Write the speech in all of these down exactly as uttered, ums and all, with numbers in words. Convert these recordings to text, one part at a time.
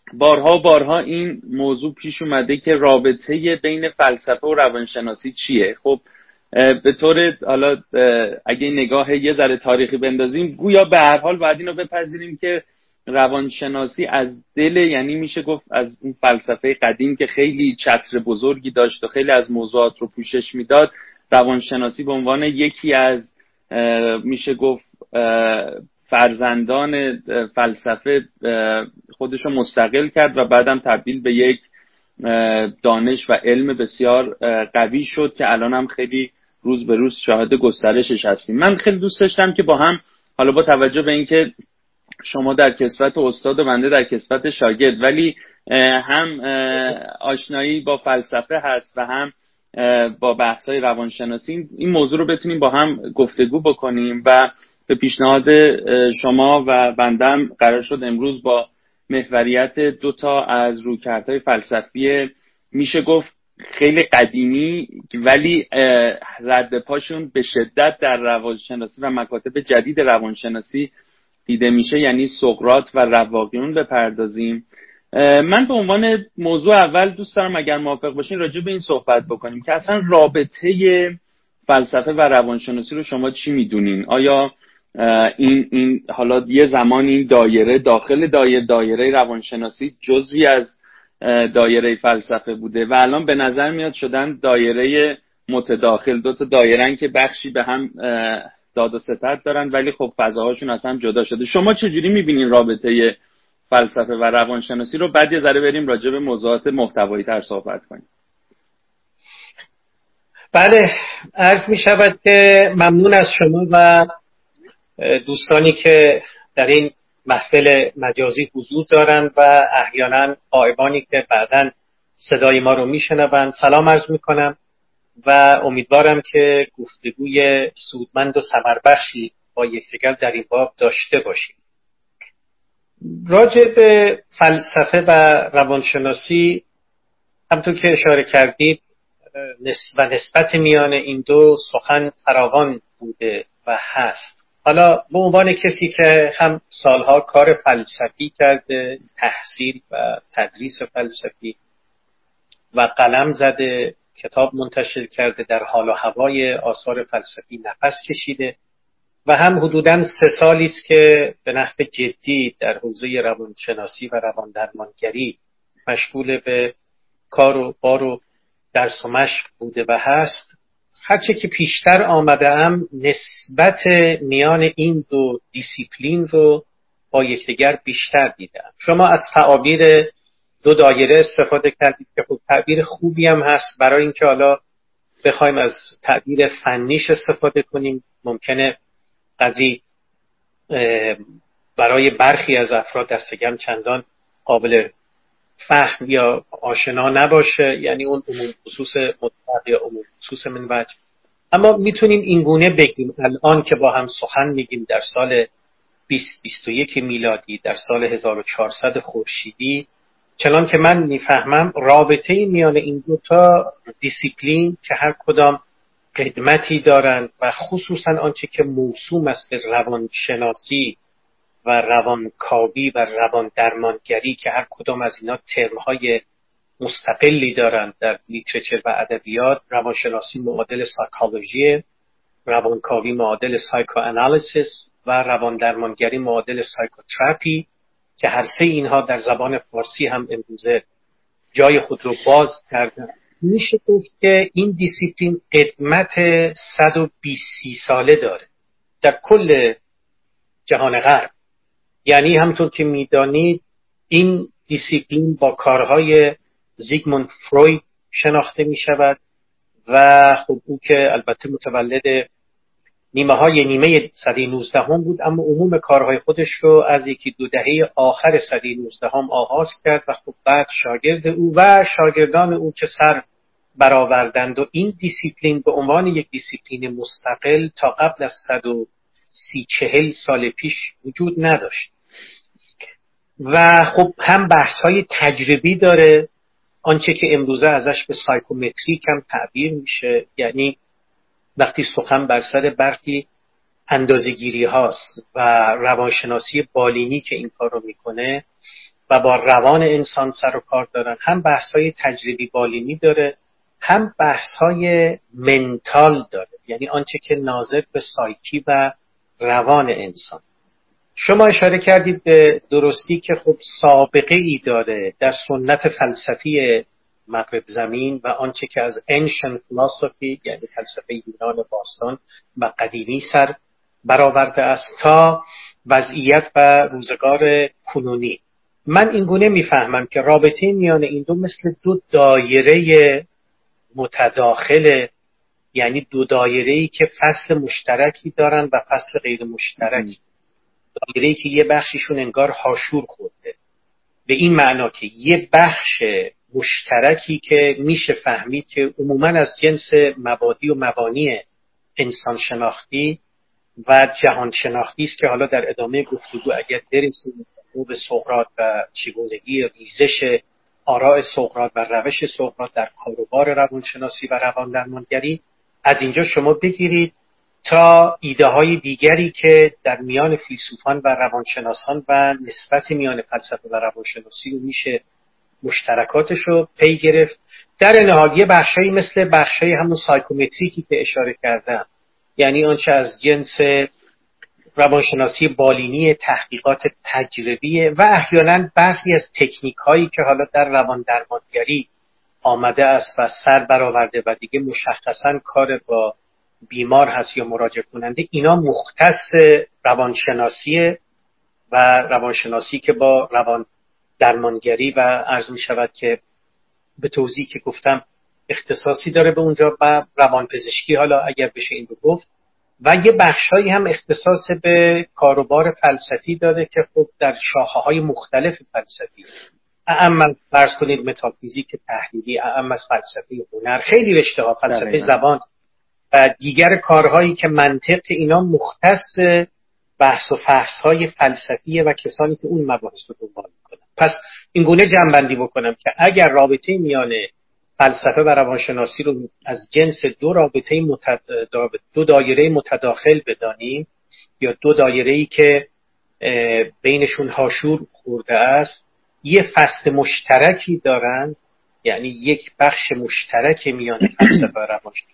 بارها بارها این موضوع پیش اومده که رابطه بین فلسفه و روانشناسی چیه. خب به طور حالا اگه نگاه یه ذره تاریخی بندازیم، گویا به هر حال باید اینو بپذیریم که روانشناسی از دل، یعنی میشه گفت از اون فلسفه قدیم که خیلی چتر بزرگی داشت و خیلی از موضوعات رو پوشش میداد، روانشناسی به عنوان یکی از میشه گفت فرزندان فلسفه خودش رو مستقل کرد و بعدم تبدیل به یک دانش و علم بسیار قوی شد که الان هم خیلی روز به روز شاهد گسترشش هستیم. من خیلی دوست داشتم که با هم، حالا با توجه به اینکه شما در کسوت استاد و بنده در کسوت شاگرد، ولی هم آشنایی با فلسفه هست و هم با بحث‌های روانشناسی، این موضوع رو بتونیم با هم گفتگو بکنیم و به پیشنهاد شما و بندم قرار شد امروز با محوریت دو تا از رویکردهای فلسفی میشه گفت خیلی قدیمی ولی رد پاشون به شدت در روانشناسی و مکاتب جدید روانشناسی دیده میشه، یعنی سقراط و رواقیون بپردازیم. من به عنوان موضوع اول دوست دارم اگر موافق باشین راجع به این صحبت بکنیم که اصلا رابطه فلسفه و روانشناسی رو شما چی میدونین؟ آیا این این حالا یه زمان این دایره داخل دایره دایره روانشناسی جزوی از دایره فلسفه بوده و الان به نظر میاد شدن دایره متداخل، دو تا دایره‌ن که بخشی به هم داد و ستد دارن ولی خب فضاهاشون اصلا جدا شده. شما چجوری میبینین رابطه فلسفه و روانشناسی رو؟ بعد یه ذره بریم راجع به موضوعات محتوایی تر صحبت کنیم. بله، عرض می شود که ممنون از شما و دوستانی که در این محفل مجازی حضور دارند و احیانا غایبانی که بعداً صدای ما رو میشنوند سلام عرض میکنم و امیدوارم که گفتگوی سودمند و ثمربخشی با یکدیگر در این باب داشته باشیم. راجع به فلسفه و روانشناسی همونطور که اشاره کردید و نسبت میان این دو سخن فراوان بوده و هست. حالا به عنوان کسی که هم سالها کار فلسفی کرده، تحصیل و تدریس فلسفی و قلم زده، کتاب منتشر کرده، در حال و هوای آثار فلسفی نفس کشیده و هم حدوداً سه سالی است که به نحو جدی در حوزه روانشناسی و رواندرمانگری مشغول به کار و بار و درس و مشق بوده و هست. هرچه که پیشتر آمدم نسبت میان این دو دیسیپلین رو با یکدیگر بیشتر دیدم. شما از تعابیر دو دایره استفاده کردید که خود تعبیر خوبی هم هست. برای اینکه حالا بخوایم از تعبیر فنیش استفاده کنیم ممکنه قدری برای برخی از افراد دستگم چندان قابل فهم یا آشنا نباشه، یعنی اون عموم خصوص مطلق یا عموم خصوص من وجه. اما میتونیم اینگونه بگیم الان که با هم سخن میگیم در سال بیست بیست و یک میلادی، در سال هزار و چهارصد خورشیدی، چنان که من میفهمم رابطه میان این دو تا دیسیپلین که هر کدام قدمتی دارند و خصوصا آنچه که موسوم است به روانشناسی و روانکاوی و روان درمانگری که هر کدام از اینا ترم‌های مستقلی دارند در لیترچر و ادبیات. روانشناسی معادل سایکولوژی، روانکاوی معادل سایکوآنالیسیس و روان درمانگری معادل سایکوتراپی که هر سه اینها در زبان فارسی هم امروزه جای خود رو باز کردن. میشه گفت که این دیسیپلین قدمت صد و بیست ساله داره در کل جهان غرب. یعنی همطور که میدانید این دیسیپلین با کارهای زیگموند فروید شناخته می شود و خب او که البته متولد نیمه های نیمه سده نوزدهم بود اما عموم کارهای خودش رو از یکی دو دهه آخر سده نوزدهم آغاز کرد و خب بعد شاگرد او و شاگردان او که سر برآوردند و این دیسیپلین به عنوان یک دیسیپلین مستقل تا قبل از صد و سی چهل سال پیش وجود نداشت و خب هم بحث‌های تجربی داره، آنچه که امروزه ازش به سایکومتریک هم تعبیر میشه، یعنی وقتی سخن بر سر برخی اندازه‌گیری هاست و روانشناسی بالینی که این کار رو میکنه و با روان انسان سر و کار دارن، هم بحث‌های تجربی بالینی داره، هم بحث‌های منتال داره، یعنی آنچه که ناظر به سایکی و روان انسان. شما اشاره کردید به درستی که خب سابقه ای داره در سنت فلسفی مغرب زمین و آنچه که از ancient philosophy یعنی فلسفه یونان باستان و قدیمی سر برآورده است تا وضعیت و روزگار کنونی. من اینگونه میفهمم که رابطه میان این دو مثل دو دایره متداخل، یعنی دو دایره‌ای که فصل مشترکی دارن و فصل غیر مشترکی. دایره‌ای که یه بخشیشون انگار هاشور خورده، به این معنا که یه بخش مشترکی که میشه فهمید که عموماً از جنس مبادی و مبانی انسان شناختی و جهان شناختی است که حالا در ادامه گفتگو اگر برسیم به سقراط و چگونگی ریزش آراء سقراط و روش سقراط در کاروبار روانشناسی و رواندرمانگری، از اینجا شما بگیرید تا ایده های دیگری که در میان فیلسوفان و روانشناسان و نسبت میان فلسفه و روانشناسی رو میشه مشترکاتش رو پی گرفت. در این حال یه بخشایی مثل بخشای همون سایکومتریکی که اشاره کردم، یعنی آنچه از جنس روانشناسی بالینی، تحقیقات تجربیه و احیانا برخی از تکنیک هایی که حالا در رواندرمانگری آمده است و سر برآورده و دیگه مشخصاً کار با بیمار هست یا مراجع کننده، اینا مختص روانشناسی و روانشناسی که با روان درمانگری و عرض می شود که به توضیح که گفتم اختصاصی داره به اونجا و روانپزشکی حالا اگر بشه این رو گفت، و یه بخشایی هم اختصاص به کاروبار فلسفی داره که خب در شاخه‌های مختلف فلسفی، اما فرض کنید متافیزیک تحلیلی، اما از فلسفه هنر، خیلی رشته‌ها، فلسفه زبان و دیگر کارهایی که منطق اینا مختص بحث و فحص‌های فلسفیه و کسانی که اون مباحث رو دنبال می‌کنن. پس این گونه جمع‌بندی بکنم که اگر رابطه میان فلسفه و روانشناسی رو از جنس دو رابطه متد... دو دایره متداخل بدانیم یا دو دایره‌ای که بینشون هاشور خورده است، یه فصل مشترکی دارن، یعنی یک بخش مشترک میان فلسفه و روانشناسی،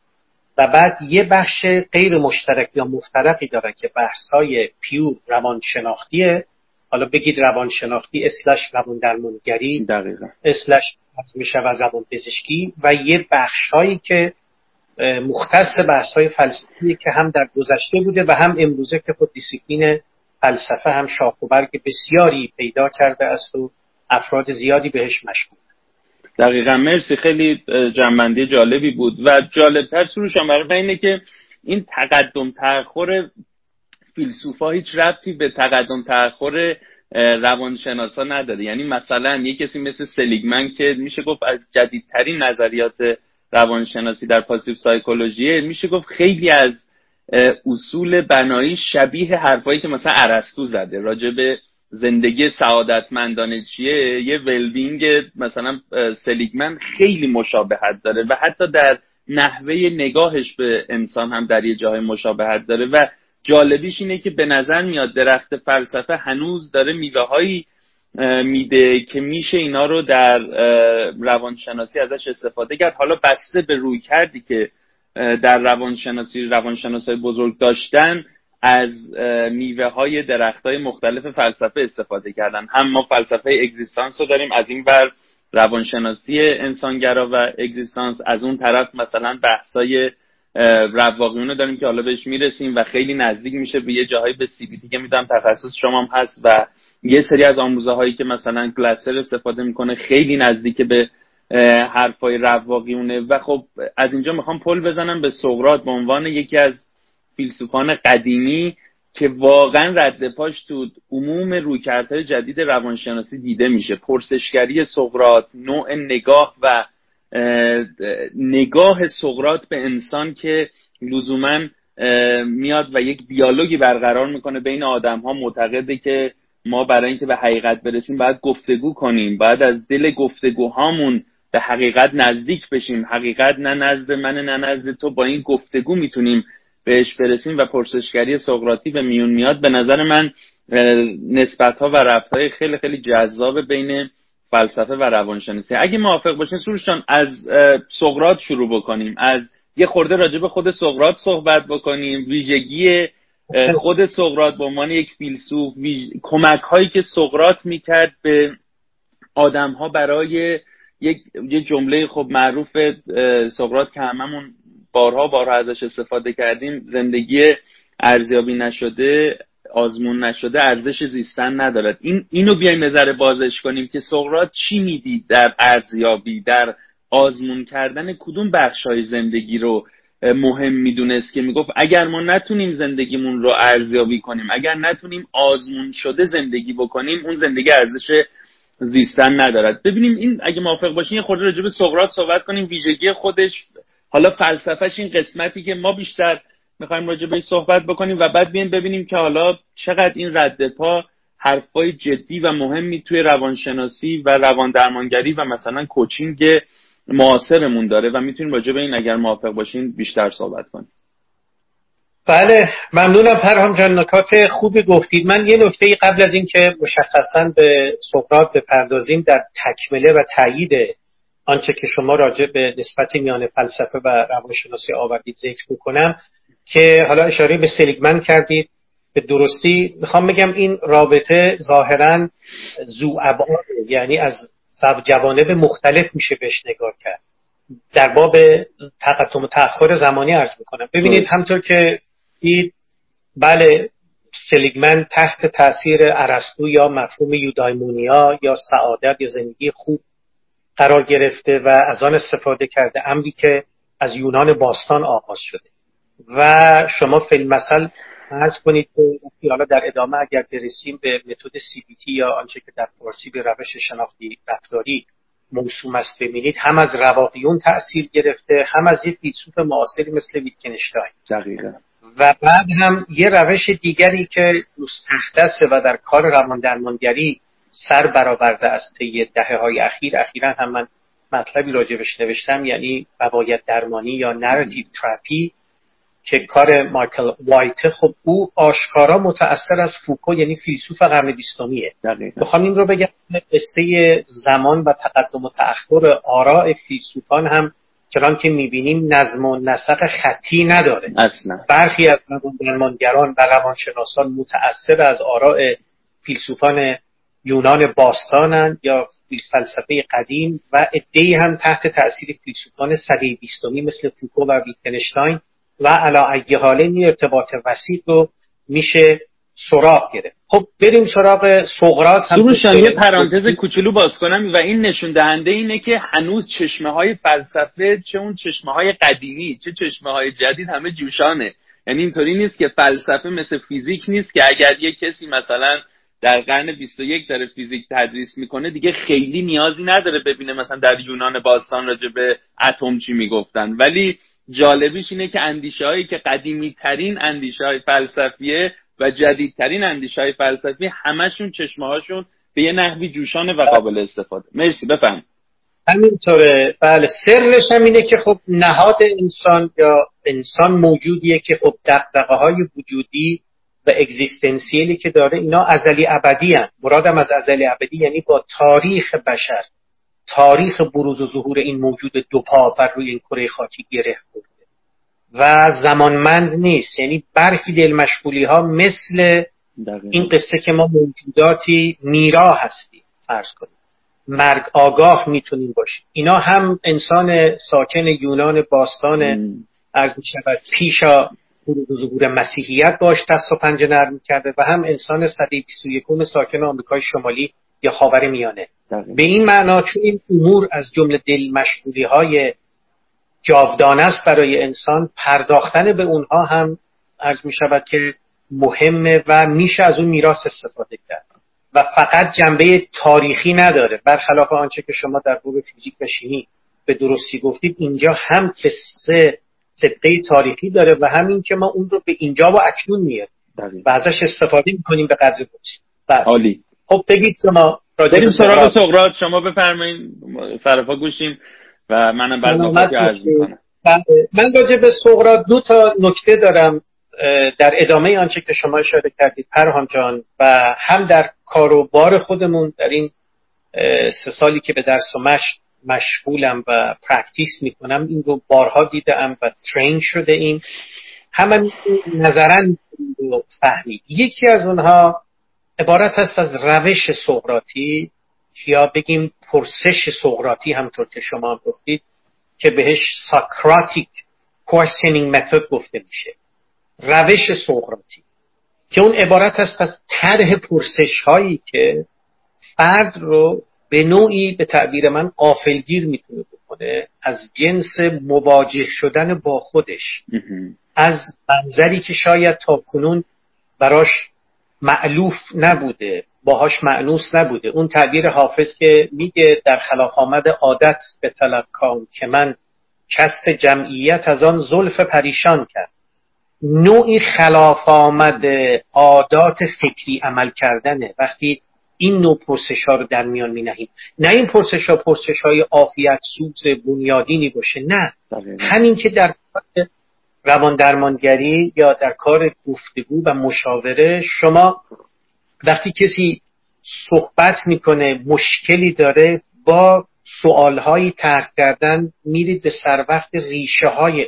و بعد یه بخش غیر مشترک یا مفترقی داره که بحث‌های پیور روانشناختیه، حالا بگید روانشناختی اسلش رواندرمانگری اسلش میشود روانپزشکی، و یه بخش‌هایی که مختص بحث‌های فلسفی که هم در گذشته بوده و هم امروزه که خود دیسیپلین فلسفه هم شاخ و برگ بسیاری پیدا کرده است و افراد زیادی بهش مشغول. دقیقا، مرسی، خیلی جنبندی جالبی بود و جالبتر سروشم برای اینه که این تقدم تأخر فیلسوفا هیچ ربطی به تقدم تأخر روانشناسا نداره. یعنی مثلا یه کسی مثل سلیگمن که میشه گفت از جدیدترین نظریات روانشناسی در پازیتیو سایکولوژی، میشه گفت خیلی از اصول بنایی شبیه حرفایی که مثلا ارسطو زده راجع به زندگی سعادتمندانه چیه، یه ولبینگ مثلا سلیگمن خیلی مشابهت داره و حتی در نحوه نگاهش به انسان هم در یه جای مشابهت داره. و جالبیش اینه که به نظر میاد درخت فلسفه هنوز داره میوه‌هایی میده که میشه اینا رو در روانشناسی ازش استفاده کرد، حالا بسته به روی کردی که در روانشناسی روانشناسای بزرگ داشتن از میوه های درخت های مختلف فلسفه استفاده کردن. هم ما فلسفه اگزیستانس رو داریم، از این بر روانشناسی انسانگرا و اگزیستانس، از اون طرف مثلا بحثای رواقیون رو داریم که حالا بهش میرسیم و خیلی نزدیک میشه به یه جاهایی به سی بی تی که میدونم تخصص شما هم هست، و یه سری از آموزه هایی که مثلا گلاسر استفاده میکنه خیلی نزدیک به حرفای رواقیونه. و خب از اینجا میخوام پل بزنم به سقراط به عنوان یکی از فیلسوفان قدیمی که واقعا رد پاش تو عموم رویکردهای جدید روانشناسی دیده میشه. پرسشگری سقراط، نوع نگاه و نگاه سقراط به انسان که لزوما میاد و یک دیالوگی برقرار میکنه بین آدم ها، معتقده که ما برای اینکه به حقیقت برسیم باید گفتگو کنیم، باید از دل گفتگوهامون به حقیقت نزدیک بشیم، حقیقت نه نزد من نه نزد تو، با این گفتگو میتونیم بهش برسیم و پرسشگری سقراطی به میون میاد. به نظر من نسبت‌ها و ربط‌های خیلی خیلی جذاب بین فلسفه و روانشناسی. اگه موافق باشین سروش جان از سقراط شروع بکنیم، از یه خورده راجع به خود سقراط صحبت بکنیم، ویژگی خود سقراط به عنوان یک فیلسوف، ویژ... کمک‌هایی که سقراط می‌کرد به آدم‌ها برای یک یه جمله خب معروف سقراط که هممون بارها بارها ازش استفاده کردیم، زندگی ارزیابی نشده، آزمون نشده ارزش زیستن ندارد. این اینو بیایم نظر بازش کنیم که سقراط چی میدید در ارزیابی، در آزمون کردن کدوم بخش‌های زندگی رو مهم میدونست که میگفت اگر ما نتونیم زندگیمون رو ارزیابی کنیم، اگر نتونیم آزمون شده زندگی بکنیم، اون زندگی ارزش زیستن ندارد. ببینیم این اگه موافق باشین یه خورده راجع به سقراط صحبت کنیم، ویژگی خودش، حالا فلسفهش، این قسمتی که ما بیشتر میخوایم راجع بهش صحبت بکنیم و بعد بیایم ببینیم که حالا چقدر این رد پا حرفای جدی و مهمی توی روانشناسی و روان درمانگری و مثلا کوچینگ معاصرمون داره و میتونیم راجع به این اگر موافق باشین بیشتر صحبت کنیم. بله ممنونم پرهام جان، نکات خوبی گفتید. من یه نکته قبل از این که مشخصاً به سقراط بپردازیم در تکمله و تایید آنچه که شما راجع به نسبت میان فلسفه و روانشناسی آوردید ذکر میکنم که حالا اشاره به سلیگمن کردید. به درستی میخوام بگم این رابطه ظاهراً ذوابعاد، یعنی از جوانب مختلف میشه بهش نگاه کرد. در باب تقدم و تأخر زمانی عرض میکنم. ببینید همطور که دید بله سلیگمن تحت تاثیر ارسطو یا مفهوم یودایمونیا یا سعادت یا زندگی خوب قرار گرفته و از آن استفاده کرده، امری که از یونان باستان آغاز شده و شما فی المثل عرض کنید که حالا در ادامه اگر برسیم به متد سی بی تی یا آنچه که در فارسی به روش شناختی رفتاری موسوم است ببینید، هم از رواقیون تأثیر گرفته، هم از یک فیلسوف معاصری مثل ویتگنشتاین. دقیقاً. و بعد هم یه روش دیگری که مستحدثه و در کار روان درمانگری سر برآورده است طی دهه‌های اخیر، اخیراً هم من مطلبی راجبش نوشتم، یعنی روایت درمانی یا نراتیو تراپی که کار مایکل وایت. خب او آشکارا متأثر از فوکو یعنی فیلسوف قرن بیستمیه. بخوام این رو بگم قصه زمان و تقدم و تأخر آراء فیلسوفان هم چنان که میبینیم نظم و نسق خطی نداره اصلا. برخی از درمانگران و روانشناسان متأثر از آراء فیلسوفان یونان باستانن یا فلسفه قدیم و عده‌ای هم تحت تأثیر فیلسوفان سده بیستمی مثل فوکو و ویتگنشتاین و علی ای حال این ارتباط وسیع رو میشه سراغ گرفت. خب بریم سراغ سقراط. هم یه پرانتز کوچولو باز کنم و این نشون دهنده اینه که هنوز چشمه های فلسفه، چه اون چشمه های قدیمی چه چشمه های جدید، همه جوشانه. یعنی اینطوری نیست که فلسفه مثل فیزیک نیست که اگر یه کسی مثلا در قرن بیست و یک داره فیزیک تدریس میکنه دیگه خیلی نیازی نداره ببینه مثلا در یونان باستان راجع به اتم چی میگفتن. ولی جالبیش اینه که اندیشه هایی که قدیمی ترین اندیشه های فلسفیه و جدیدترین اندیشه های فلسفی همشون چشمه هاشون به یه نحوی جوشانه و قابل استفاده. مرسی، بفهم. همینطوره. بله سرش هم اینه که خب نهاد انسان یا انسان موجودیه که خب دغدغه های وجودی و اگزیستنسیلی که داره اینا ازلی ابدی هست. مرادم از ازلی ابدی یعنی با تاریخ بشر، تاریخ بروز و ظهور این موجود دو پا بر روی این کره خاکی گره خورده و زمانمند نیست. یعنی برخی دل مشغولی ها مثل این قصه که ما موجوداتی میرا هستیم فرض کنیم، مرگ آگاه میتونیم باشیم. اینا هم انسان ساکن یونان باستان عرض میشود پیشا بروز و ظهور مسیحیت باش دست و پنجه نرم میکرده و هم انسان صده بیست و یکم ساکن آمریکای شمالی یا خاور میانه. به این معنا چون این امور از جمله دل مشغولی های جاودانه است برای انسان، پرداختن به اونها هم عرض می شود که مهمه و میشه از اون میراث استفاده کرد و فقط جنبه تاریخی نداره. برخلاف آنچه که شما در باب فیزیک و شیمی به درستی گفتید، اینجا هم قصه صدقه تاریخی داره و همین که ما اون رو به اینجا و اکنون میاریم و ازش استفاده میکنیم به قدر بسیار. عالی. خب بگید شما بریم سراغ سقراط. شما بفرمایید، صرفا گوشیم و منم بعد نکاتی عرض میکنم. من راجع به سقراط دو تا نکته دارم در ادامه آنچه که شما اشاره کردید پرهام جان و هم در کار و بار خودمون در این سه سالی که به درس و مشق مشغولم و پرکتیس میکنم این رو بارها دیدم و ترین شده این همه نظرا رو فهمید. یکی از اونها عبارت هست از روش سقراطی یا بگیم پرسش سقراطی، همطور که شما هم گفتید که بهش ساکراتیک questioning method گفته میشه، روش سقراطی، که اون عبارت هست از طرح پرسش هایی که فرد رو به نوعی به تعبیر من غافلگیر میتونه بکنه از جنس مواجه شدن با خودش از منظری که شاید تا کنون براش مألوف نبوده، باهاش مأنوس نبوده. اون تعبیر حافظ که میگه در خلاف آمد عادت به طلب کام که من کست جمعیت از آن زلف پریشان کرد. نوعی خلاف آمد عادات فکری عمل کردنه وقتی این نوع پرسش ها رو در میان می نهیم. نه این پرسش ها پرسش های عافیت سوز بنیادینی باشه، نه دقیقا. همین که در روان درمانگری یا در کار گفتگو و مشاوره شما وقتی کسی صحبت میکنه مشکلی داره با سوالهایی طرح کردن میرید به سر وقت ریشه های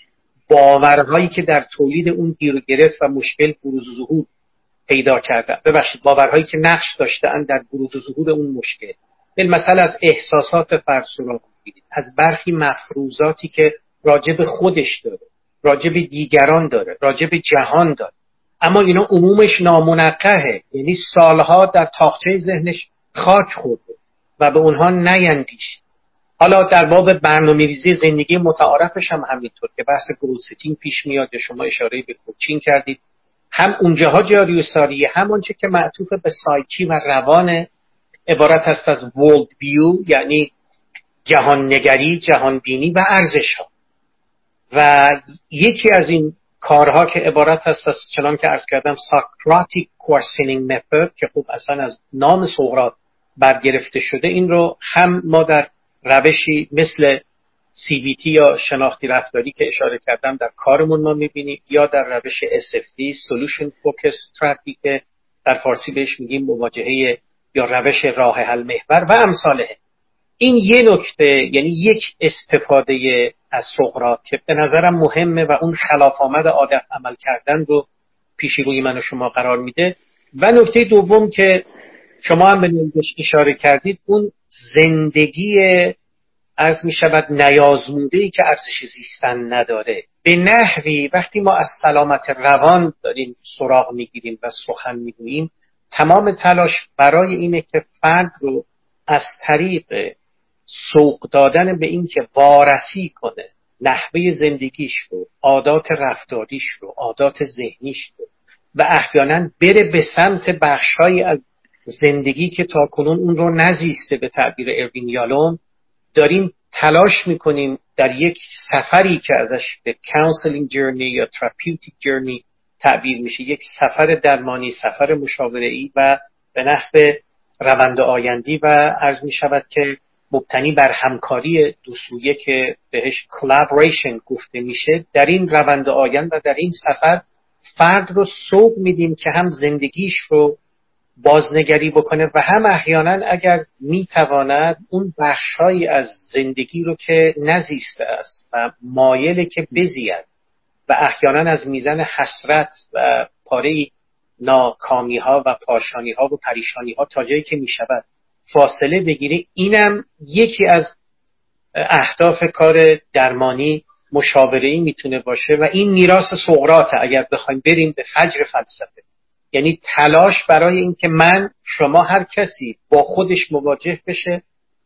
باورهایی که در تولید اون گیر و گرفت و مشکل بروز و ظهور پیدا کردن، ببخشید باورهایی که نقش داشتن در بروز و ظهور اون مشکل. مثلا از احساسات فرد سراغ میگیرید، از برخی مفروضاتی که راجع به خودش داره، راجع به دیگران داره، راجع به جهان داره، اما اینا عمومش نامنقحه، یعنی سالها در تاقچه ذهنش خاک خورده و به اونها نیندیش. حالا در باب برنامه‌ریزی زندگی متعارفش هم همینطور که بحث گول ستینگ پیش میاد، شما اشاره به کوچینگ کردید، هم اونجاها جاری و ساریه، هم اونچه که معطوف به سایکی و روان عبارت هست از ورلد ویو، یعنی جهان نگری، جهان بینی و ارزش ها. و یکی از این کارها که عبارت هست از چنان که عرض کردم ساکراتیک کوئسشنینگ متد که خب اصلا از نام سقراط برگرفته شده، این رو هم ما در روشی مثل سی بی تی یا شناختی رفتاری که اشاره کردم در کارمون ما میبینیم، یا در روش اس اف دی Solution Focused Therapy که در فارسی بهش میگیم مواجهه یا روش راه حل محور و امثاله. این یه نکته، یعنی یک استفاده از سقراط که به نظرم مهمه و اون خلاف آمد عادت عمل کردن رو پیشی روی من و شما قرار میده. و نکته دوم که شما هم به نوعش اشاره کردید، اون زندگی عرض می شود نیازموده‌ای که ارزش زیستن نداره. به نحوی وقتی ما از سلامت روان داریم سراغ میگیریم و سخن میگوییم، تمام تلاش برای اینه که فرد رو از طریق سوق دادن به این که وارسی کنه نحوه زندگیش رو، عادات رفتاریش رو، عادات ذهنیش رو، و احیانا بره به سمت بخش‌هایی از زندگی که تاکنون اون رو نزیسته. به تعبیر اروین یالوم داریم تلاش میکنیم در یک سفری که ازش به counseling journey یا therapeutic journey تعبیر میشه، یک سفر درمانی، سفر مشاوره‌ای و به نحو روند آیندی و عرض میشود که مبتنی بر همکاری دو سویه که بهش collaboration گفته میشه. در این روند آیند و در این سفر فرد رو سوق میدیم که هم زندگیش رو بازنگری بکنه و هم احیانا اگر میتواند اون بخشایی از زندگی رو که نزیسته است و مایله که بزید و احیانا از میزان حسرت و پاره ناکامی ها و پاشانی ها و پریشانی ها تا جایی که میشود فاصله بگیره. اینم یکی از اهداف کار درمانی مشاوره‌ای میتونه باشه و این میراث سقراطه اگر بخوایم بریم به فجر فلسفه، یعنی تلاش برای این که من، شما، هر کسی با خودش مواجه بشه،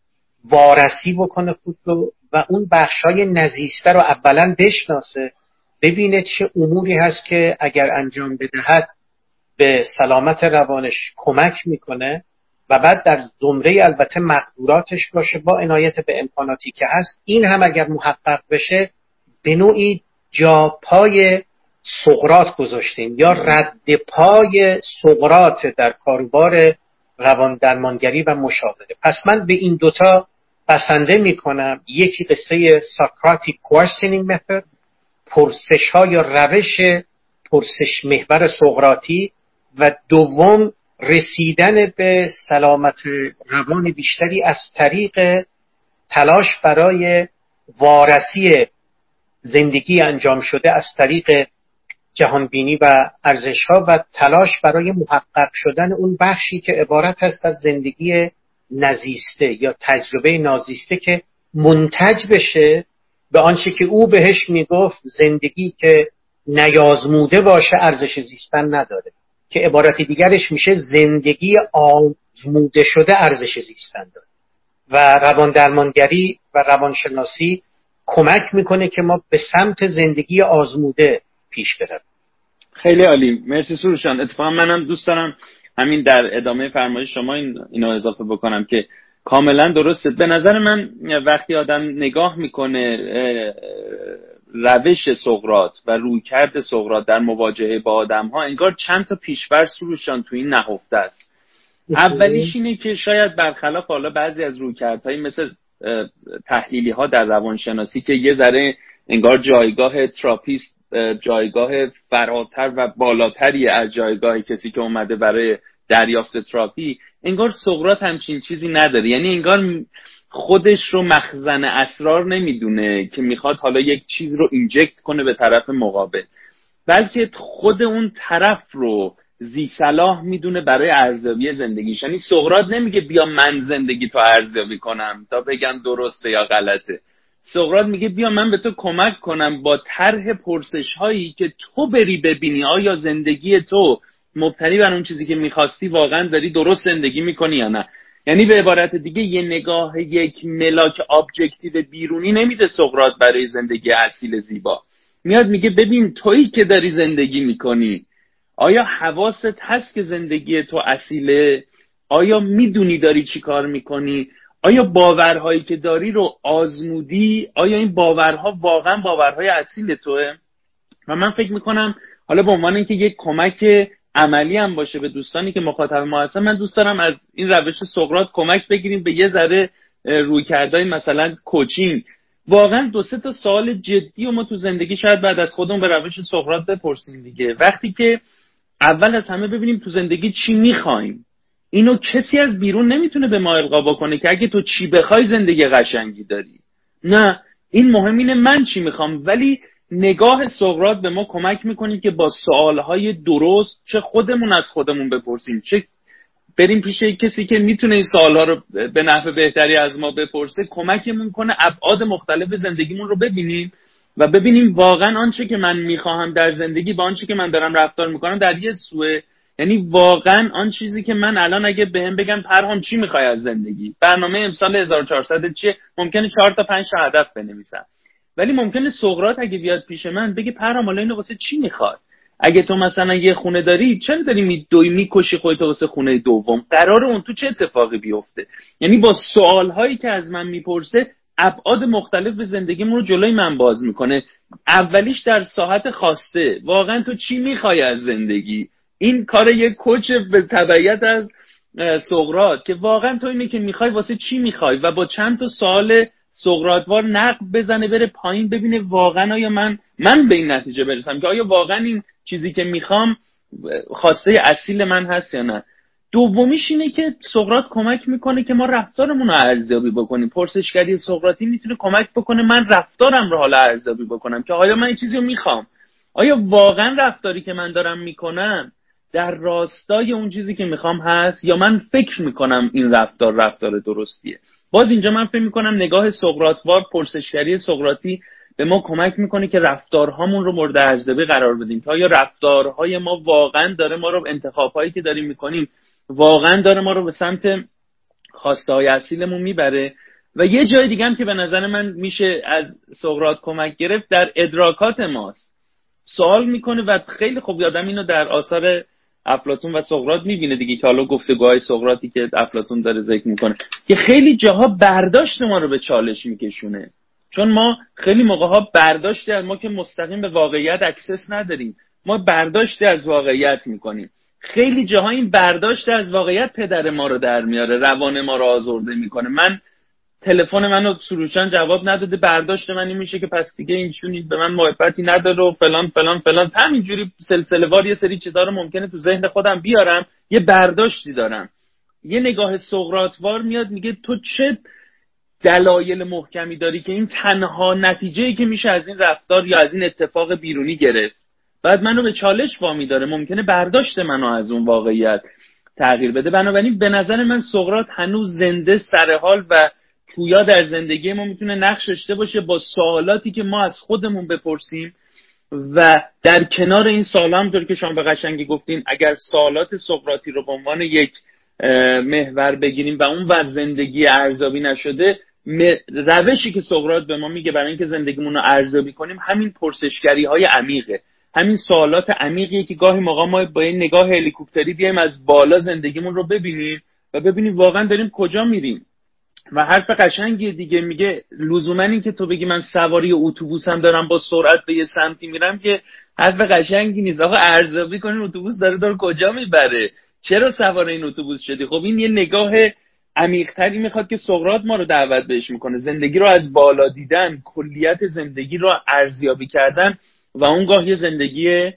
وارسی بکنه خود رو و اون بخشای نزیسته رو اولا بشناسه، ببینه چه اموری هست که اگر انجام بدهد به سلامت روانش کمک میکنه و بعد در زمره البته مقدوراتش باشه با عنایت به امکاناتی که هست. این هم اگر محقق بشه به نوعی جا پای سقراط گذاشتیم یا رد پای سقراط در کاروبار روان درمانگری و مشاوره. پس من به این دوتا بسنده میکنم، یکی قصه ساکراتیک کوئسشنینگ متد، پرسش ها یا روش پرسش محور سقراطی و دوم رسیدن به سلامت روان بیشتری از طریق تلاش برای وارسی زندگی انجام شده از طریق جهانبینی و ارزش‌ها و تلاش برای محقق شدن اون بخشی که عبارت است از زندگی نزیسته یا تجربه نازیسته که منتج بشه به آنچه که او بهش میگفت زندگی که نیازموده باشه ارزش زیستن نداره، که عبارت دیگرش میشه زندگی آزموده شده ارزش زیستن داره. و روان درمانگری و روانشناسی کمک میکنه که ما به سمت زندگی آزموده پیش برویم. خیلی عالی، مرسی سروشان. اتفاقا منم دوست دارم همین در ادامه فرمایش شما این اینو اضافه بکنم که کاملا درسته. به نظر من وقتی آدم نگاه میکنه روش سقراط و رویکرد سقراط در مواجهه با آدم‌ها، انگار چند تا پیش‌فرض سروشان تو این نهفته است. اولیش اینه که شاید برخلاف حالا بعضی از رویکردهای مثل تحلیلی ها در روانشناسی که یه ذره انگار جایگاه تراپیست جایگاه فراتر و بالاتری از جایگاه کسی که اومده برای دریافت تراپی، انگار سقراط همچین چیزی نداره. یعنی انگار خودش رو مخزن اسرار نمیدونه که میخواد حالا یک چیز رو اینجکت کنه به طرف مقابل، بلکه خود اون طرف رو ذی صلاح میدونه برای ارزیابی زندگیش. یعنی سقراط نمیگه بیا من زندگی تو ارزیابی کنم تا بگم درسته یا غلطه. سقراط میگه بیا من به تو کمک کنم با طرح پرسش هایی که تو بری ببینی آیا زندگی تو مبتنی بر اون چیزی که میخواستی واقعا داری درست زندگی میکنی یا نه. یعنی به عبارت دیگه یه نگاه یک ملاک ابجکتیو بیرونی نمیده سقراط برای زندگی اصیل زیبا. میاد میگه ببین تویی که داری زندگی میکنی، آیا حواست هست که زندگی تو اصیله؟ آیا میدونی داری چی کار میکنی؟ آیا باورهایی که داری رو آزمودی؟ آیا این باورها واقعا باورهای اصیل توه؟ و من فکر میکنم حالا به عنوان اینکه یک کمک عملی هم باشه به دوستانی که مخاطب ما هستن، من دوست دارم از این روش سقراط کمک بگیریم به یه ذره رویکردهای مثلا کوچینگ. واقعا دو سه تا سوال جدی و ما تو زندگی شاید بعد از خودمون به روش سقراط بپرسیم دیگه. وقتی که اول از همه ببینیم تو زندگی چی میخوایم. اینو کسی از بیرون نمیتونه به ما القا بکنه که اگه تو چی بخوای زندگی قشنگی داری. نه، این مهم اینه من چی میخوام. ولی نگاه سقراط به ما کمک میکنه که با سوالهای درست چه خودمون از خودمون بپرسیم، چه بریم پیش کسی که میتونه این سوالها رو به نحو بهتری از ما بپرسه، کمکمون کنه ابعاد مختلف زندگیمون رو ببینیم و ببینیم واقعا آنچه که من میخواهم در زندگی با آنچه که من دارم رفتار میکنم در یه سوه. یعنی واقعا آن چیزی که من الان اگه بهم بگن پرهام چی میخوای از زندگی، برنامه امسال هزار و چهارصد چیه، ممکنه چهار تا پنج تا هدف بنویسم. ولی ممکنه سقراط اگه بیاد پیش من بگه پرهام حالا اینو واسه چی میخوای؟ اگه تو مثلا یه خونه داری چرا داری میدوی میکشی خودت واسه خونه دوم؟ قرار اون تو چه اتفاقی بیفته؟ یعنی با سوالهایی که از من میپرسه ابعاد مختلف به زندگیمون رو جلوی من باز میکنه. اولیش در ساحت خواسته، واقعا تو چی میخوای از زندگی؟ این کار یک کوچ به تبعیت از سقراط که واقعا تو اینه که میخوای واسه چی میخوای و با چند تا سوال سقراطوار نقب بزنه بره پایین ببینه واقعا آیا من من به این نتیجه برسم که آیا واقعا این چیزی که میخوام خواسته اصیل من هست یا نه. دومیش اینه که سقراط کمک میکنه که ما رفتارمون رو ارزیابی بکنیم. پرسشگری سقراطی میتونه کمک بکنه من رفتارم رو حالا ارزیابی بکنم که آیا من این چیزی رو میخوام، آیا واقعا رفتاری که من دارم میکنم در راستای اون چیزی که میخوام هست یا من فکر میکنم این رفتار رفتار درستیه. باز اینجا من فکر میکنم نگاه سقراطوار، پرسشگری سقراطی به ما کمک میکنه که رفتارهامون رو مورد ارزیابی قرار بدیم که آیا رفتارهای ما واقعا داره ما رو، انتخابایی که داریم میکنیم واقعا داره ما رو به سمت خواسته های اصیلمون میبره. و یه جای دیگه هم که به نظر من میشه از سقراط کمک گرفت در ادراکات ماست. سوال میکنه و خیلی خوب یادم اینو در آثار افلاطون و سقراط میبینه دیگه که حالا گفتگوهای سقراطی که افلاطون داره ذکر میکنه که خیلی جاها برداشت ما رو به چالش میکشونه، چون ما خیلی موقعها برداشتی از ما که مستقیم به واقعیت اکسس نداریم، ما برداشتی از واقعیت میکنیم. خیلی جاها این برداشت از واقعیت پدر ما رو در میاره، روان ما رو آزرده میکنه. من تلفن منو سروشان جواب نداده، برداشت من این میشه که پس دیگه اینشون به من محبتی نداره و فلان فلان فلان. همینجوری سلسله وار یه سری چیزا رو ممکنه تو ذهن خودم بیارم، یه برداشتی دارم. یه نگاه سقراطوار میاد میگه تو چه دلایل محکمی داری که این تنها نتیجه‌ای که میشه از این رفتار یا از این اتفاق بیرونی گرفت. بعد منو به چالش وامی داره، ممکنه برداشت منو از اون واقعیت تغییر بده. بنابراین به نظر من سقراط هنوز زنده، سرحال و پویا در زندگی ما میتونه نقش داشته باشه با سوالاتی که ما از خودمون بپرسیم و در کنار این سوالا همونطور که شما به قشنگی گفتین اگر سوالات سقراطی رو به عنوان یک محور بگیریم و اون ور زندگی ارزیابی نشده، روشی که سقراط به ما میگه برای اینکه زندگیمون رو ارزیابی کنیم همین پرسشگری های عمیقه، همین سوالات عمیقیه که گاهی موقع ما با این نگاه هلیکوپتری بیایم از بالا زندگیمون رو ببینیم و ببینیم واقعا داریم کجا میریم. و حرف قشنگی دیگه میگه لزوما این که تو بگی من سواری اتوبوسم دارم با سرعت به یه سمتی میرم که حرف قشنگی نیست. آقا ارزیابی کنین اتوبوس داره داره کجا میبره، چرا سوار این اتوبوس شدی. خب این یه نگاه عمیق‌تری میخواد که سقراط ما رو دعوت بهش میکنه، زندگی رو از بالا دیدن، کلیت زندگی رو ارزیابی کردن و اونگاه یه زندگی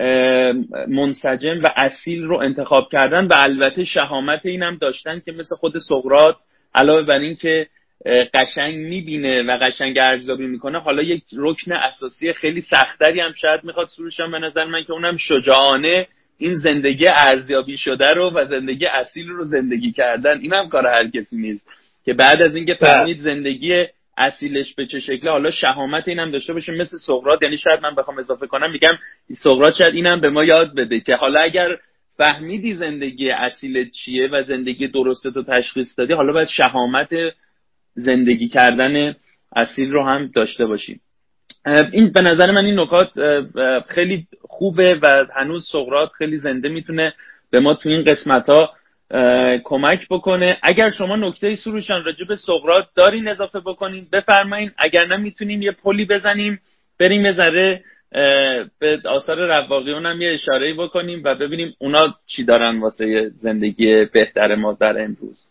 منسجم و اصیل رو انتخاب کردن و البته شهامت اینم داشتن که مثل خود سقراط علاوه بر این که قشنگ میبینه و قشنگ ارزیابی میکنه، حالا یک رکن اساسی خیلی سختری هم شاید میخواد سروشان به نظر من که اونم شجاعانه این زندگی ارزیابی شده رو و زندگی اصیل رو زندگی کردن. اینم کار هر کسی نیست که بعد از اینکه فهمید زندگی اصیلش به چه شکله حالا شهامت اینم داشته باشه مثل سقراط. یعنی شاید من بخوام اضافه کنم میگم سقراط شاید اینم به ما یاد بده که حالا اگر فهمیدی زندگی اصیلت چیه و زندگی درستت رو تشخیص دادی، حالا باید شهامت زندگی کردن اصیل رو هم داشته باشیم. این به نظر من این نکات خیلی خوبه و هنوز سقراط خیلی زنده میتونه به ما تو این قسمت ها کمک بکنه. اگر شما نکته سروشان راجع به سقراط دارین اضافه بکنین بفرمایین، اگر نه میتونیم یه پلی بزنیم بریم یه ذره به آثار رواقیون هم یه اشاره‌ای بکنیم و ببینیم اونا چی دارن واسه زندگی بهتر ما در امروز.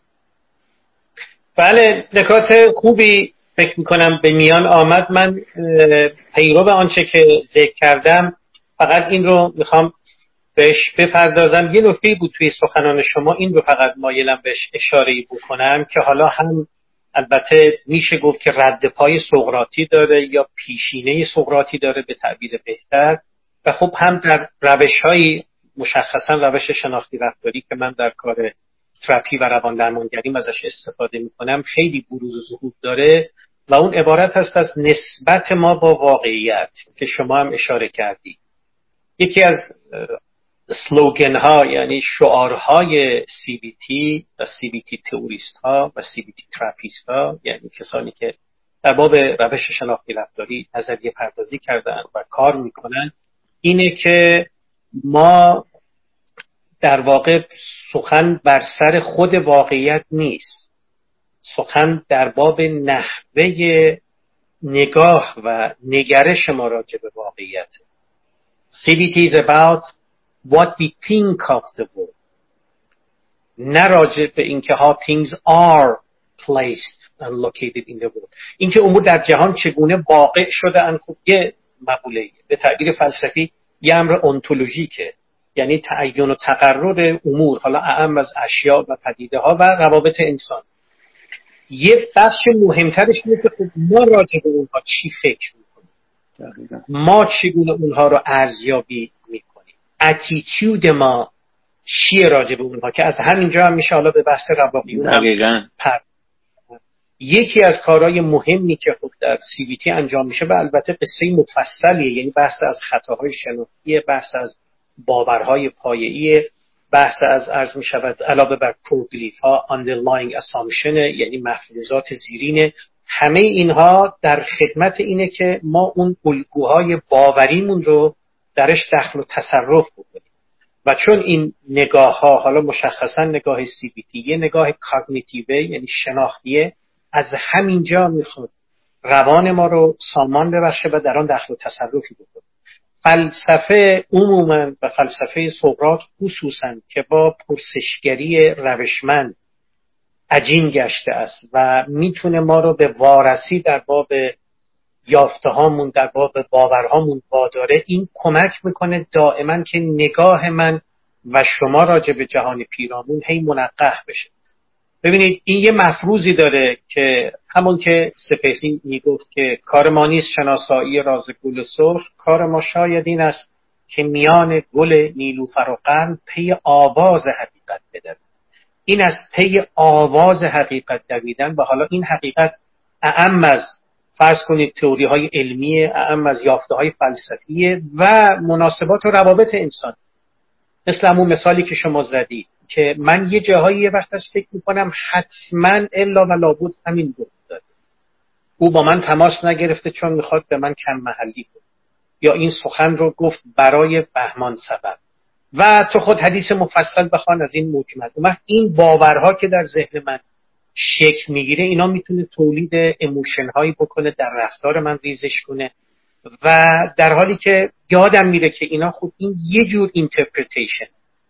بله، نکات خوبی فکر میکنم به میان آمد. من پیرو به آنچه که ذکر کردم فقط این رو میخوام بهش بپردازم. یه نکته بود توی سخنان شما، این رو فقط مایلم بهش اشاره‌ای بکنم که حالا هم البته میشه گفت که رد پای سقراطی داره یا پیشینه سقراطی داره به تعبیر بهتر، و خب هم در روش‌های مشخصا روش شناختی رفتاری که من در کار تراپی و روان درمانگریم ازش استفاده میکنم خیلی بروز و ظهور داره و اون عبارت هست از نسبت ما با واقعیت که شما هم اشاره کردید. یکی از سلوگن ها یعنی شعارهای سی بی تی و سی بی تی تئوریست ها و سی بی تی تراپیست ها، یعنی کسانی که در باب روش شناختی رفتاری نظریه پردازی کردن و کار میکنن، اینه که ما در واقع سخن بر سر خود واقعیت نیست، سخن در باب نحوه نگاه و نگرش ما راجع به واقعیت. سی بی تی is about what we think of the world، نه راجع به اینکه how things are placed and located in the world. اینکه امور در جهان چگونه واقع شده ان، خب یه مقوله به تعبیر فلسفی یه امر انتولوژیکه، یعنی تعین و تقرر امور، حالا اعم از اشیاء و پدیده ها و روابط انسان. یه بخش مهمترش اینه که خب ما راجع به اونها چی فکر میکنیم، ما چگونه اونها رو ارزیابی میکنیم، اتیتیود ما چیه راجع به اونها، که از همینجا هم میشه حالا به بحث رواقیون هم پر. یکی از کارهای مهمی که خب در سی بی تی انجام میشه و البته قصه مفصلیه، یعنی بحث از خطاهای شناختی، بحث از باورهای پایه‌ای، بحث از عرض می شود علاوه بر پروگلیف ها underlying assumption، یعنی مفروضات زیرین. همه اینها در خدمت اینه که ما اون الگوهای باوریمون رو درش دخل و تصرف بکنیم. و چون این نگاه ها حالا مشخصا نگاه سی بی تی یه نگاه کاگنیتیوه یعنی شناختیه، از همینجا میخواد روان ما رو سامان ببخشه و در آن دخل و تصرفی بکنه. فلسفه عموما و فلسفه سقراط خصوصا که با پرسشگری روشمند عجین گشته است و میتونه ما رو به وارسی در باب یافته هامون، در باب باورهامون واداره. این کمک میکنه دائما که نگاه من و شما راجع به جهان پیرامون هی منقح بشه. ببینید این یه مفروضی داره که همون که سپهری میگفت که کار ما نیست شناسایی راز گل سرخ، کار ما شاید این است که میان گل نیلوفر و قرن پی آواز حقیقت بدویم. این از پی آواز حقیقت دویدن و حالا این حقیقت اعم از فرض کنید تئوری های علمی، اعم از یافته های فلسفی و مناسبات و روابط انسان. مثل همون مثالی که شما زدید که من یه جاهایی یه وقت از فکر میکنم حتما الا و لابد همین بود داره. او با من تماس نگرفته چون میخواد به من کم محلی بود، یا این سخن رو گفت برای بهمان سبب، و تو خود حدیث مفصل بخوان از این مجمل. و این باورها که در ذهن من شکل میگیره، اینا میتونه تولید ایموشن هایی بکنه، در رفتار من ریزش کنه، و در حالی که یادم میره که اینا خود این یه جور اینترپریتیشن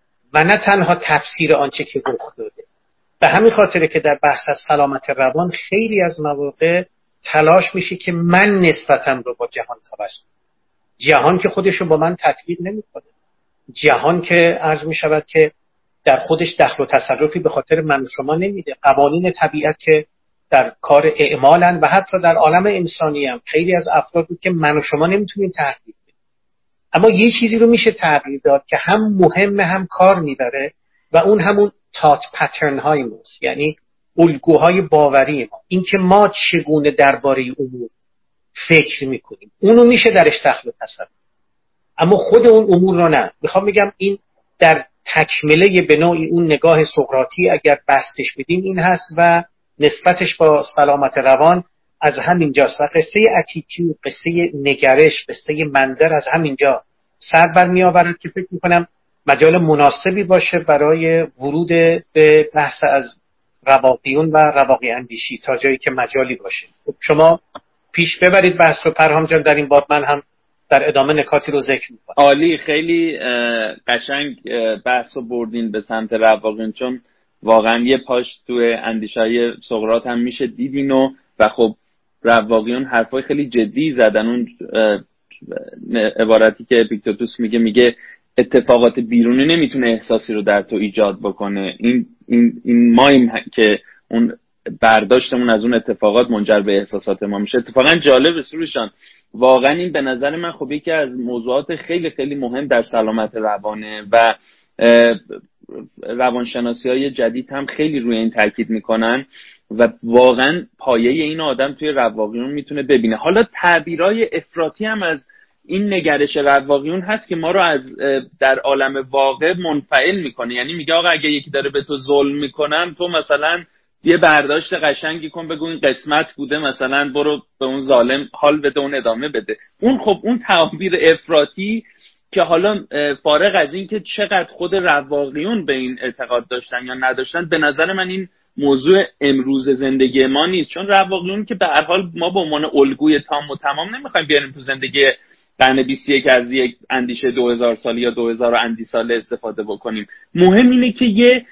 و نه تنها تفسیر آنچه که رخ داده. به همین خاطره که در بحث از سلامت روان خیلی از مواقع تلاش میشه که من نسبتم رو با جهان عوض کنم. جهان که خودش رو با من تطبیق نمیکنه، جهان که عرض میشود که در خودش دخل و تصرفی به خاطر من و شما نمیده. قوانین طبیعت که در کار اعمالن و حتی در عالم انسانی هم خیلی از افراد بود که من و شما نمیتونیم تغییر بدیم، اما یه چیزی رو میشه تغییر داد که هم مهمه هم کار میبره و اون همون تات پترن های ماست، یعنی الگوهای باوری ما. این که ما چگونه درباره امور فکر میکنیم اونو میشه درش دخل و تصرف، اما خود اون امور رو نه. میخوام بگم این در تکمله به نوعی اون نگاه سقراطی اگر بستش بدیم این هست و نسبتش با سلامت روان از همینجاست و قصه اتیتیود، قصه نگرش، قصه منظر از همینجا سر بر می آورد که فکر میکنم مجال مناسبی باشه برای ورود به بحث از رواقیون و رواقی اندیشی تا جایی که مجالی باشه. خب شما پیش ببرید بحث رو پرهام جان در این باب، من هم در ادامه نکاتی رو ذکر میکنم. عالی، خیلی قشنگ بحث رو بردین به سمت رواقیون، چون واقعا یه پاش توی اندیشه‌های سقراط هم میشه دیدین و و خب رواقیون حرفای خیلی جدی زدن. اون عبارتی که اپیکتتوس میگه میگه اتفاقات بیرونی نمیتونه احساسی رو در تو ایجاد بکنه، این این این مایم که اون برداشتمون از اون اتفاقات منجر به احساسات ما میشه. اتفاقا جالب سروشان، واقعا این به نظر من خب یکی از موضوعات خیلی خیلی مهم در سلامت روانه و روانشناسی‌های جدید هم خیلی روی این تاکید میکنن و واقعا پایه این آدم توی رواقیون میتونه ببینه. حالا تعبیرای افراطی هم از این نگرش رواقیون هست که ما رو از در عالم واقع منفعل میکنه، یعنی میگه آقا اگه یکی داره به تو ظلم میکنم تو مثلا یه برداشت قشنگی کن، بگو این قسمت بوده، مثلا برو به اون ظالم حال بده، اون ادامه بده. اون خب اون تعبیر افراطی که حالا فارغ از این که چقدر خود رواقیون به این اعتقاد داشتن یا نداشتن، به نظر من این موضوع امروز زندگی ما نیست، چون رواقیون که به هر حال ما به عنوان الگوی تام و تمام نمیخوایم بیاریم تو زندگی قرن بیست و یک از یک اندیشه دو هزار ساله یا دو هزار اندی ساله استفاده بکنیم. مهم اینه که یه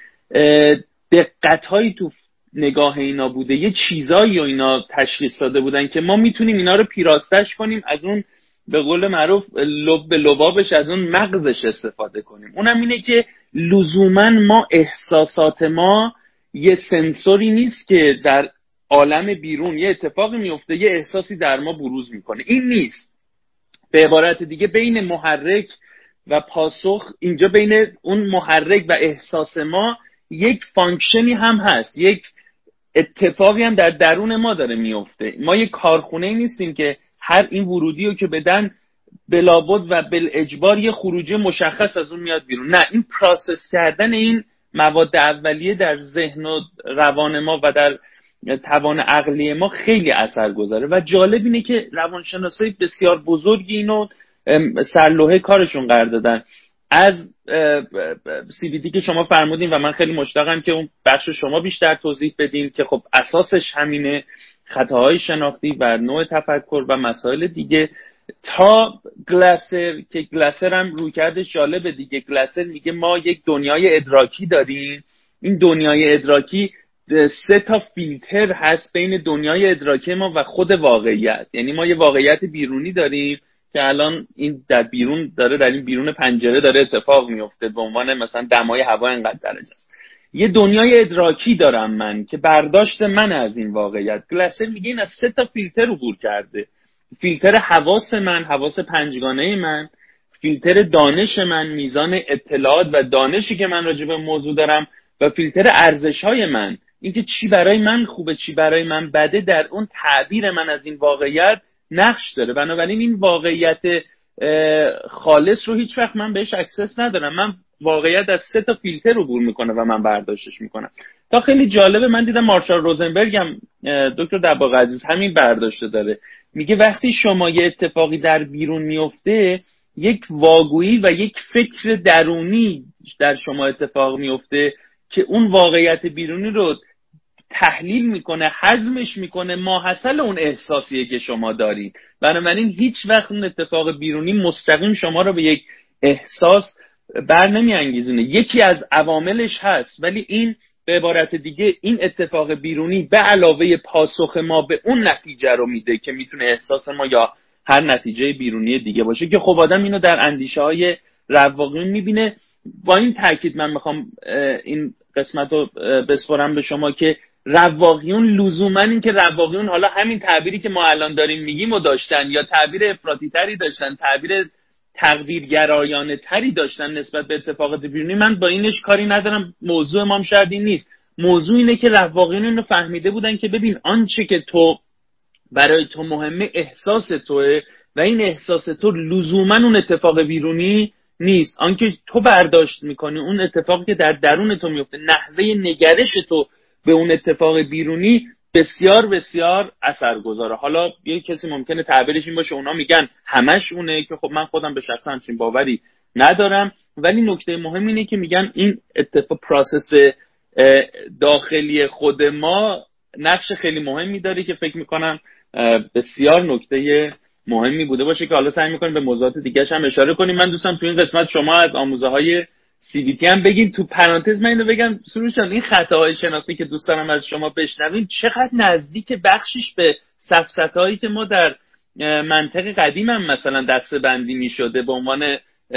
دقت‌هایی تو نگاه اینا بوده، یه چیزایی و اینا تشخیص داده بودن که ما میتونیم اینا رو پیراستش کنیم، از اون به قول معروف لب به لبابش، از اون مغزش استفاده کنیم. اونم اینه که لزوما ما احساسات ما یه سنسوری نیست که در عالم بیرون یه اتفاقی میفته یه احساسی در ما بروز میکنه، این نیست. به عبارت دیگه بین محرک و پاسخ، اینجا بین اون محرک و احساس ما یک فانکشنی هم هست، یک اتفاقی هم در درون ما داره میفته. ما یک کارخونه نیستیم که هر این ورودی رو که بدن بلابد و بالاجبار یه خروجی مشخص از اون میاد بیرون. نه، این پروسس کردن این مواد اولیه در ذهن و روان ما و در توان عقلی ما خیلی اثرگذاره و جالب اینه که روانشناسای بسیار بزرگی اینو سرلوحه کارشون قرار دادن. از سی بی تی که شما فرمودین و من خیلی مشتاقم که اون بخش شما بیشتر توضیح بدین که خب اساسش همینه، خطاهای شناختی و نوع تفکر و مسائل دیگه، تا گلاسر که گلاسر هم رویکردش جالبه دیگه. گلاسر میگه ما یک دنیای ادراکی داریم، این دنیای ادراکی سه تا فیلتر هست بین دنیای ادراکی ما و خود واقعیت. یعنی ما یه واقعیت بیرونی داریم که الان این در بیرون داره، در این بیرون پنجره داره اتفاق میفته، به عنوان مثلا دمای هوا اینقدر درجه است. یه دنیای ادراکی دارم من که برداشت من از این واقعیت. گلاسر میگه این از سه تا فیلتر عبور کرده: فیلتر حواس من، حواس پنجگانه من، فیلتر دانش من، میزان اطلاعات و دانشی که من راجع به موضوع دارم، و فیلتر ارزش‌های من، اینکه چی برای من خوبه چی برای من بده، در اون تعبیر من از این واقعیت نقش داره. بنابراین این واقعیت خالص رو هیچ وقت من بهش اکسس ندارم. من واقعیت از سه تا فیلتر عبور میکنه و من برداشتش میکنم. تا خیلی جالبه، من دیدم مارشال روزنبرگ هم، دکتر دباغ عزیز، همین برداشته داره. میگه وقتی شما یه اتفاقی در بیرون میفته، یک واگویی و یک فکر درونی در شما اتفاق میفته که اون واقعیت بیرونی رو تحلیل میکنه، هضمش میکنه، ماحصل اون احساسیه که شما دارید. بنابراین هیچ وقت اون اتفاق بیرونی مستقیم شما رو به یک احساس بر نمیانگیزونه. یکی از عواملش هست، ولی این به عبارت دیگه این اتفاق بیرونی به علاوه پاسخ ما به اون نتیجه رو میده که میتونه احساس ما یا هر نتیجه بیرونی دیگه باشه، که خب آدم اینو در اندیشه های رواقیون میبینه. با این تاکید من میخوام این قسمت رو بسپارم به شما که رواقیون لزوما این که رواقیون حالا همین تعبیری که ما الان داریم میگیم و داشتن، یا تعبیر افراطی تری داشتن، تعبیر تقدیرگرایانه تری داشتن نسبت به اتفاقات بیرونی، من با اینش کاری ندارم. موضوع ما هم شاید این نیست. موضوع اینه که رواقیون اینو فهمیده بودن که ببین، آنچه که تو برای تو مهمه احساس توه و این احساس تو لزوما اون اتفاق بیرونی نیست. آنکه تو برداشت میکنی اون اتفاقی که در درون تو میفته، نحوه نگرش تو به اون اتفاق بیرونی بسیار بسیار اثرگذاره. حالا یه کسی ممکنه تعبیرش این باشه اونا میگن همش اونه، که خب من خودم به شخصا همچین باوری ندارم، ولی نکته مهم اینه که میگن این اتفاق پروسس داخلی خود ما نقش خیلی مهمی داره که فکر میکنم بسیار نکته مهمی بوده باشه که حالا سعی میکنیم به موضوعات دیگه‌اش هم اشاره کنیم. من دوستم تو این قسمت شما از آموزه های سی بی تی هم بگین. تو پرانتز من اینو بگم سروش جان، این خطاهای شناختی که دوست دارم از شما بشنویم چقدر نزدیک بخشش به سفسطه‌هایی که ما در منطق قدیم هم مثلا دسته‌بندی می‌شده به عنوان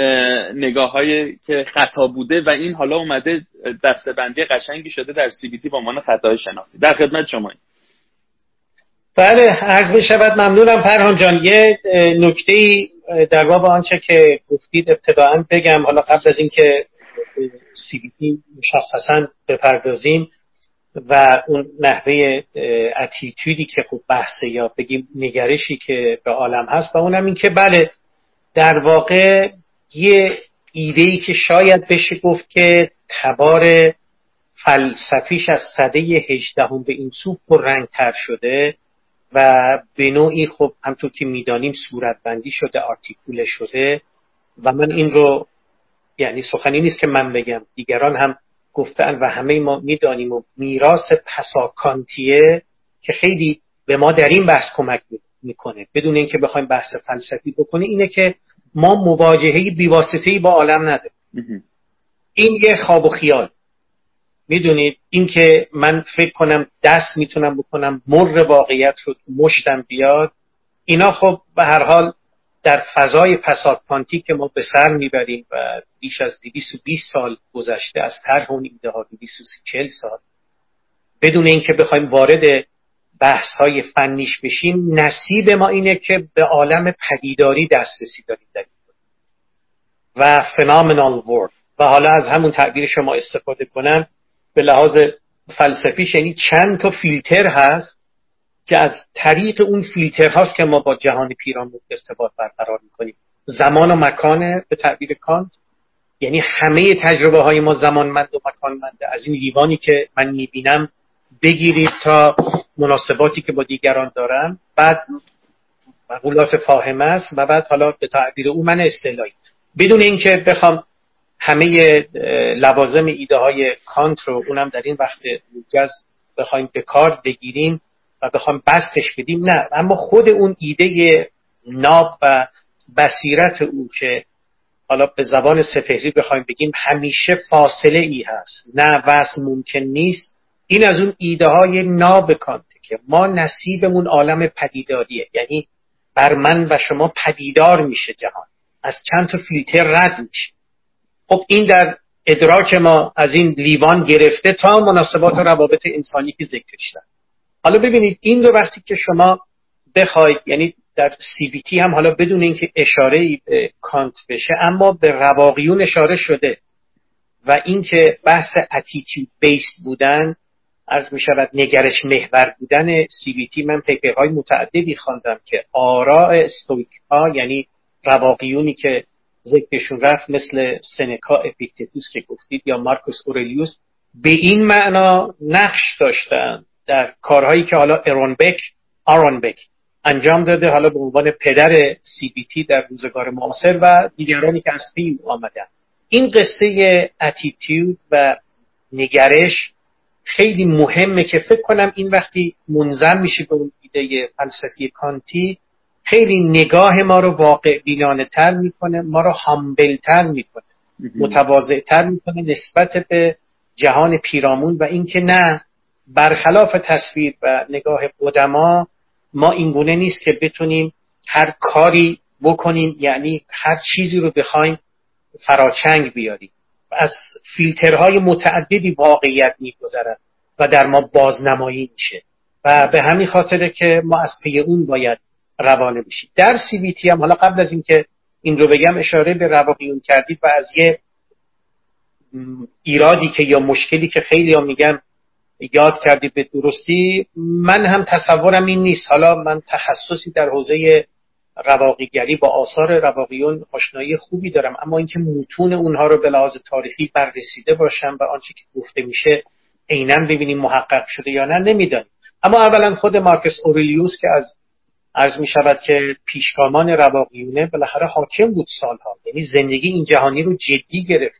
نگاه‌هایی که خطا بوده و این حالا اومده دسته‌بندی قشنگی شده در سی بی تی به عنوان خطاهای شناختی. در خدمت شماییم. بله، عرض می شود. ممنونم پرهام جان. یه نکته‌ای در باب آنچه که گفتید ابتداً بگم، حالا قبل از اینکه سی بی تی مشخصاً بپردازیم و اون نحوه اتیتودی که خوب بحثه یا بگیم نگرشی که به عالم هست، و اونم این که بله در واقع یه ایده‌ای که شاید بشه گفت که تبار فلسفیش از سده هجدهم به این سو پررنگ‌تر شده و به نوعی خب همطور که میدانیم صورتبندی شده، آرتیکوله شده. و من این رو، یعنی سخنی نیست که من بگم، دیگران هم گفتن و همه ما میدانیم، و میراث پساکانتیه که خیلی به ما در این بحث کمک میکنه بدون اینکه بخوایم بحث فلسفی بکنه، اینه که ما مواجهه بیواسطه‌ای با عالم نداریم. این یه خواب و خیال. میدونید این که من فکر کنم دست میتونم بکنم مر واقعیت رو مشتم بیاد، اینا خب به هر حال در فضای پساکانتی که ما به سر میبریم و بیش از دویست و بیست سال گذشته از طرح اون ایده ها، دویست و چهل سال، بدون اینکه بخوایم وارد بحث های فنیش بشیم، نصیب ما اینه که به عالم پدیداری دسترسی داریم در و فنومنال ورد. و حالا از همون تعبیر شما استفاده کنم، به لحاظ فلسفیش یعنی چند تا فیلتر هست که از طریق اون فیلتر هاست که ما با جهان پیرامون ارتباط برقرار میکنیم. زمان و مکانه به تعبیر کانت، یعنی همه تجربه های ما زمانمند و مکانمنده. از این لیوانی که من میبینم بگیرید تا مناسباتی که با دیگران دارم، بعد مقولات فاهمه است و بعد حالا به تعبیر او من اصطلاحی، بدون اینکه بخوام همه لوازم ایده های کانت رو اونم در این وقت موجز بخوایم به کار بگیریم و بخوایم بستش بدیم، نه، اما خود اون ایده ناب و بصیرت او که حالا به زبان سپهری بخوایم بگیم همیشه فاصله ای هست، نه وصل ممکن نیست، این از اون ایده های ناب کانته که ما نصیبمون عالم پدیداریه، یعنی بر من و شما پدیدار میشه جهان، از چند تا فیلتر رد میشه. خب این در ادراک ما از این لیوان گرفته تا مناسبات و روابط انسانی که ذکر شده. حالا ببینید این رو وقتی که شما بخواید، یعنی در سی بی تی هم حالا بدون اینکه اشاره به کانت بشه اما به رواقیون اشاره شده و اینکه بحث اتیتیود بیسد بودن، عرض می شود نگرش محور بودن سی بی تی، من پیپرهای متعددی خواندم که آراء استویک ها، یعنی رواقیونی که ذکرشون رفت مثل سنکا، اپیکتتوس که گفتید یا مارکوس اورلیوس، به این معنا نقش داشتن در کارهایی که حالا ارون بک آرون بک انجام داده، حالا به عنوان پدر سی بی تی در روزگار معاصر و دیگرانی که از پی آمدن. این قصه اتیتیود و نگرش خیلی مهمه که فکر کنم این وقتی منظم میشه به اون ایده فلسفی کانتی خیلی نگاه ما رو واقع بینانه تر میکنه، ما رو هامبل تر میکنه، متواضع تر میکنه نسبت به جهان پیرامون و اینکه نه برخلاف تصویر و نگاه قدما ما اینگونه نیست که بتونیم هر کاری بکنیم، یعنی هر چیزی رو بخوایم فراچنگ بیاریم. از فیلترهای متعددی واقعیت میگذرد و در ما بازنمایی میشه و به همین خاطره که ما از پی اون باید روانه بشیم. در سی بی تی هم حالا قبل از اینکه این رو بگم اشاره به رواقیون کردید و از یه ایرادی که یا مشکلی که خیلی ها میگن یاد کردید به درستی، من هم تصورم این نیست. حالا من تخصصی در حوزه رواقیگری با آثار رواقیون آشنایی خوبی دارم، اما اینکه متون اونها رو به لحاظ تاریخی بررسیده باشم و آنچه که گفته میشه عیناً ببینیم محقق شده یا نه نمیدانیم. اما اولا خود مارکوس اورلیوس که از عرض می شود که پیشگامان رواقیونه بالاخره حاکم بود سالها، یعنی زندگی این جهانی رو جدی گرفت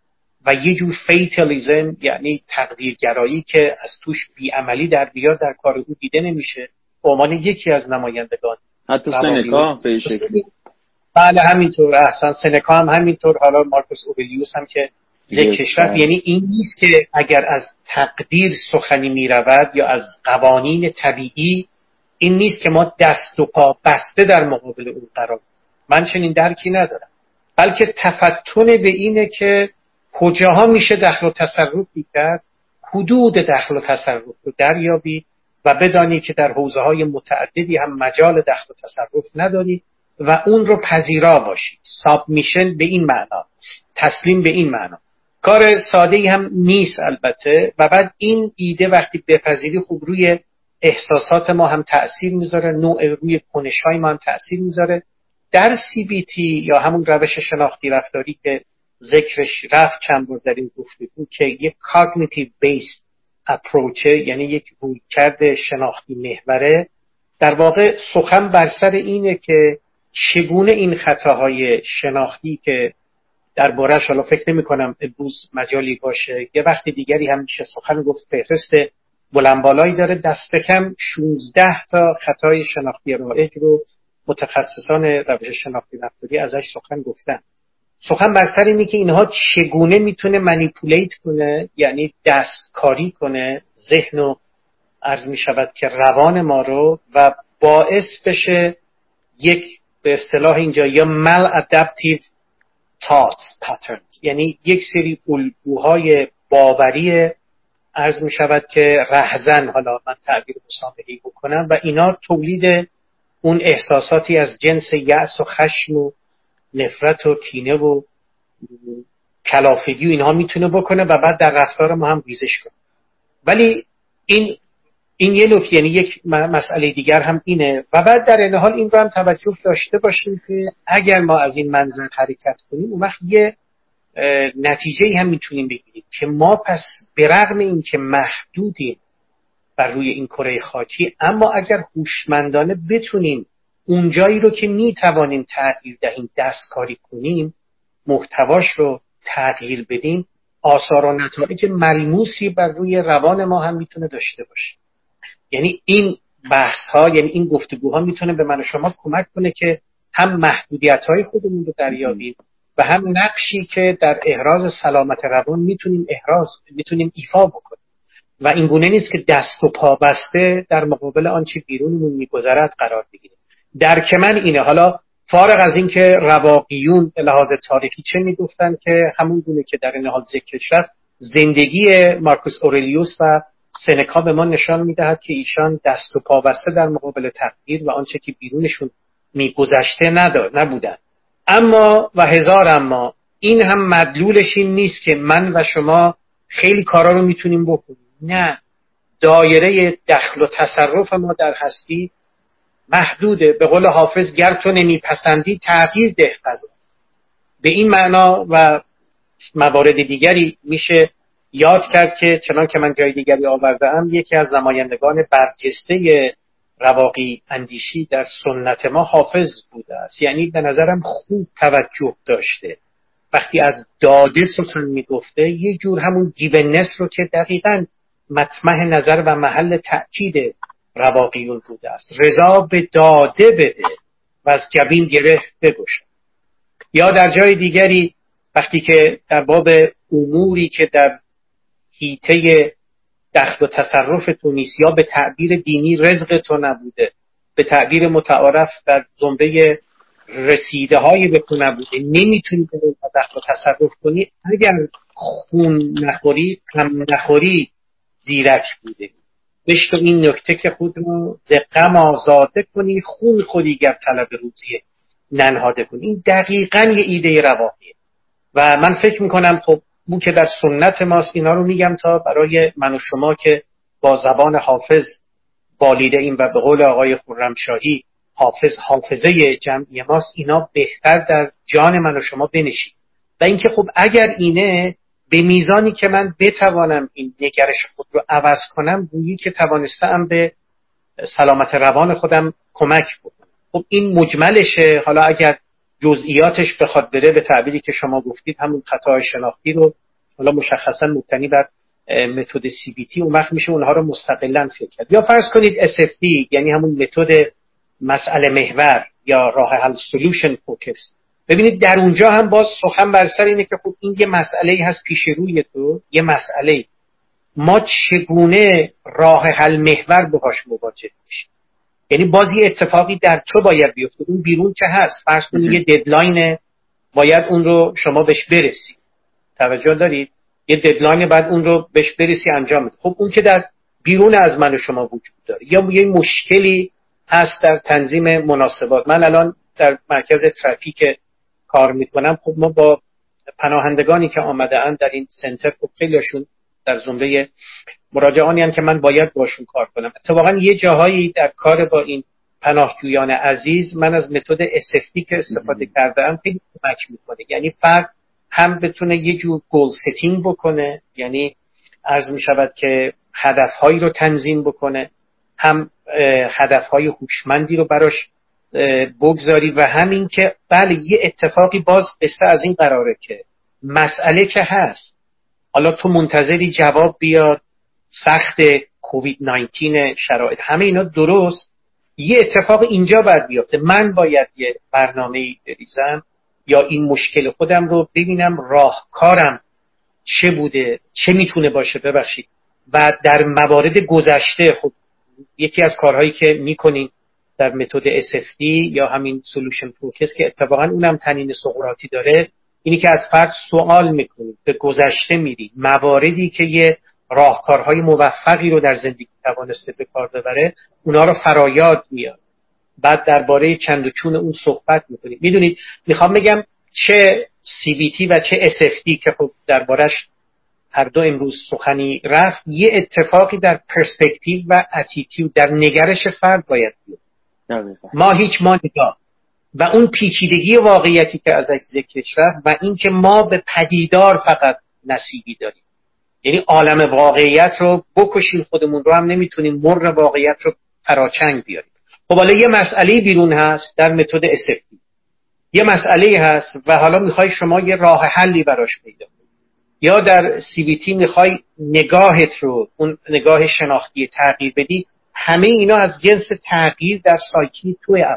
و یه جور فیتالیزم یعنی تقدیرگرایی که از توش بیعملی در بیاد در کار او دیده نمیشه به عنوان یکی از نمایندگان. حتی سنکا به شکلی بله همینطور، احسن سنکا هم همینطور، حالا مارکوس اورلیوس هم که ذکرش رفت. یعنی این نیست که اگر از تقدیر سخنی می رود یا از قوانین طبیعی، این نیست که ما دست و پا بسته در مقابل اون قرار، من چنین درکی ندارم، بلکه تفتن به اینه که کجاها میشه دخل و تصرفی کرد، حدود دخل و تصرف رو دریابی و بدانی که در حوزه‌های متعددی هم مجال دخل و تصرف نداری و اون رو پذیرا باشی. سابمیشن به این معنا، تسلیم به این معنا، کار ساده‌ای هم نیست البته. و بعد این ایده وقتی بپذیری خوب روی احساسات ما هم تأثیر میذاره، نوع روی کنش‌های ما هم تأثیر میذاره. در سی بی تی یا همون روش شناختی رفتاری که ذکرش رفت چند بار در این گفتگو که یک cognitive based approach، یعنی یک رویکرد شناختی محوره، در واقع سخن بر سر اینه که چگونه این خطاهای شناختی که در بارش حالا فکر نمی کنم امروز مجالی باشه، یه وقت دیگری هم میشه سخن گفت، فهرست بلندبالایی داره، دست کم شانزده تا خطای شناختی رایج رو متخصصان روش شناختی رفتاری ازش سخن گفتن. سخن بر سر اینه که اینها چگونه میتونه منیپولیت کنه، یعنی دستکاری کنه ذهن و عرض می شود که روان ما رو و باعث بشه یک به اصطلاح اینجا یا maladaptive thoughts patterns، یعنی یک سری الگوهای باوری عرض می شود که رهزن، حالا من تعبیر مسامحه‌ای بکنم، و اینا تولید اون احساساتی از جنس یأس و خشم و نفرت و کینه و کلافگی و اینها میتونه بکنه و بعد در رفتار ما هم ریزش کنه. ولی این این یه نکته، یعنی یک مسئله دیگر هم اینه. و بعد در این حال این رو هم توجه داشته باشیم که اگر ما از این منظر حرکت کنیم اون وقت یه نتیجه‌ای هم میتونیم بگیریم که ما پس به رغم این که محدودیم بر روی این کره خاکی، اما اگر هوشمندانه بتونیم اونجایی رو که میتوانیم تغییر دهیم دستکاری کنیم، محتواش رو تغییر بدیم، آثار و نتایج ملموسی بر روی روان ما هم میتونه داشته باشه. یعنی این بحث ها، یعنی این گفتگوها میتونه به من و شما کمک کنه که هم محدودیت های خودمون رو دریابیم و هم نقشی که در احراز سلامت روان میتونیم احراز میتونیم ایفا بکنیم. و این گونه نیست که دست و پا بسته در مقابل آنچه بیرونمون میگذرد قرار بگیریم. درک من اینه. حالا فارغ از این که رواقیون به لحاظ تاریخی چه میگفتن که همون گونه که در این حال ذکر شد، زندگی مارکوس اورلیوس و سنکا به ما نشان میدهد که ایشان دست و پا بسته در مقابل تقدیر و آنچه که بیرونشون میگذشته نبودن. اما و هزار اما، این هم مدلولش این نیست که من و شما خیلی کارا رو میتونیم بکنیم. نه، دایره دخل و تصرف ما در هستی محدوده. به قول حافظ گر تو نمیپسندی تغییر ده قضا. به این معنا و موارد دیگری میشه یاد کرد که چنان که من جای دیگری آورده‌ام، یکی از نمایندگان برجسته رواقی اندیشی در سنت ما حافظ بوده است. یعنی به نظرم خوب توجه داشته. وقتی از داده سخن میگفته یه جور همون گیوننس رو که دقیقاً مطمح نظر و محل تأکید رواقیون بوده است، رضا به داده بده و از جبین گره بگشا. یا در جای دیگری وقتی که در باب اموری که در حیطه دخل و تصرف تو نیست، یا به تعبیر دینی رزق تو نبوده، به تعبیر متعارف در زمره رسیده های به تو نبوده، نمیتونی به دخل و تصرف کنی، اگر خون نخوری غم نخوری زیرک بوده. بشتو این نکته که خود رو ز غم آزاده کنی، خون خودی گر طلب روزی ننهاده کنی. این دقیقاً یه ایده رواقیه و من فکر میکنم خب اون که در سنت ماست. اینا رو میگم تا برای من و شما که با زبان حافظ بالیده ایم و به قول آقای خرمشاهی حافظ حافظه جمعی ماست، اینا بهتر در جان من و شما بنشید. و اینکه خب اگر اینه، به میزانی که من بتوانم این نگرش خود رو عوض کنم، گویی که توانستم به سلامت روان خودم کمک بکنم. خب این مجملشه. حالا اگر جزئیاتش بخواد بره، به تعبیری که شما گفتید همون خطای شناختی رو، حالا مشخصا مبتنی بر متد سی بی تی، اون وقت میشه اونها رو مستقلاً فکر کرد. یا فرض کنید اس اف دی، یعنی همون متد مسئله محور یا راه حل سولوشن فوکس. ببینید در اونجا هم باز سخن بر سر اینه که خب این یه مسئله‌ای هست پیش روی تو، یه مسئله، ما چگونه راه حل محور باهاش مواجه میشیم. یعنی باز یه اتفاقی در تو باید بیفته. اون بیرون که هست، فرض کنید یه ددلاینه، باید اون رو شما بهش برسی. توجه دارید؟ یه ددلاین بعد اون رو بهش برسی انجام بده. خب اون که در بیرون از من و شما وجود داره. یا یه مشکلی هست در تنظیم مناسبات. من الان در مرکز ترافیک کار میکنم. خب ما با پناهندگانی که آمده اند در این سنتر، خب خیلیشون در زمره مراجعانی هستند که من باید باشون کار کنم. اتفاقا یه جاهایی در کار با این پناهجویان عزیز من از متد اس اف دی که استفاده کردم خیلی کمک میکنه. یعنی فرد هم بتونه یه جور گول ستینگ بکنه، یعنی عرض میشود که هدفهایی رو تنظیم بکنه، هم هدفهای هوشمندی رو براش بگذاری، و همین که بله یه اتفاقی باز قصه از این قراره که مسئله که هست، حالا تو منتظری جواب بیاد، سخت کووید نوزده شرایط، همه اینا درست، یه اتفاق اینجا باید بیفته. من باید یه برنامه‌ای بریزم یا این مشکل خودم رو ببینم راهکارم چه بوده، چه میتونه باشه. ببخشید. و در موارد گذشته خب یکی از کارهایی که میکنین در متد اس اف دی یا همین سولوشن فوکس که اتفاقا اونم تنین سقراطی داره، اینی که از فرد سوال میکنید، به گذشته میرید، مواردی که یه راهکارهای موفقی رو در زندگی توانسته به کار ببره، اونا رو فرایاد میاد. بعد درباره چند و چون اون صحبت میکنید. میدونید میخوام بگم چه سی بی تی و چه اس اف دی که خب دربارش هر دو امروز سخنی رفت، یه اتفاقی در پرسپکتیو و اتیتیود، در نگرش فرد باید بیاد. ما هیچ ما نگاه و اون پیچیدگی واقعیتی که ازش ذکر شد و این که ما به پدیدار فقط نصیبی داریم. یعنی عالم واقعیت رو بکشیم، خودمون رو هم نمیتونیم، مر واقعیت رو فراچنگ بیاریم. خب حالا یه مسئله بیرون هست در متد اس اف دی، یه مسئله هست و حالا میخوای شما یه راه حلی براش پیدا کنی. یا در سی بی تی میخوای نگاهت رو، اون نگاه شناختی تغییر بدی. همه اینا از جنس تغییر در سایکی توی اولا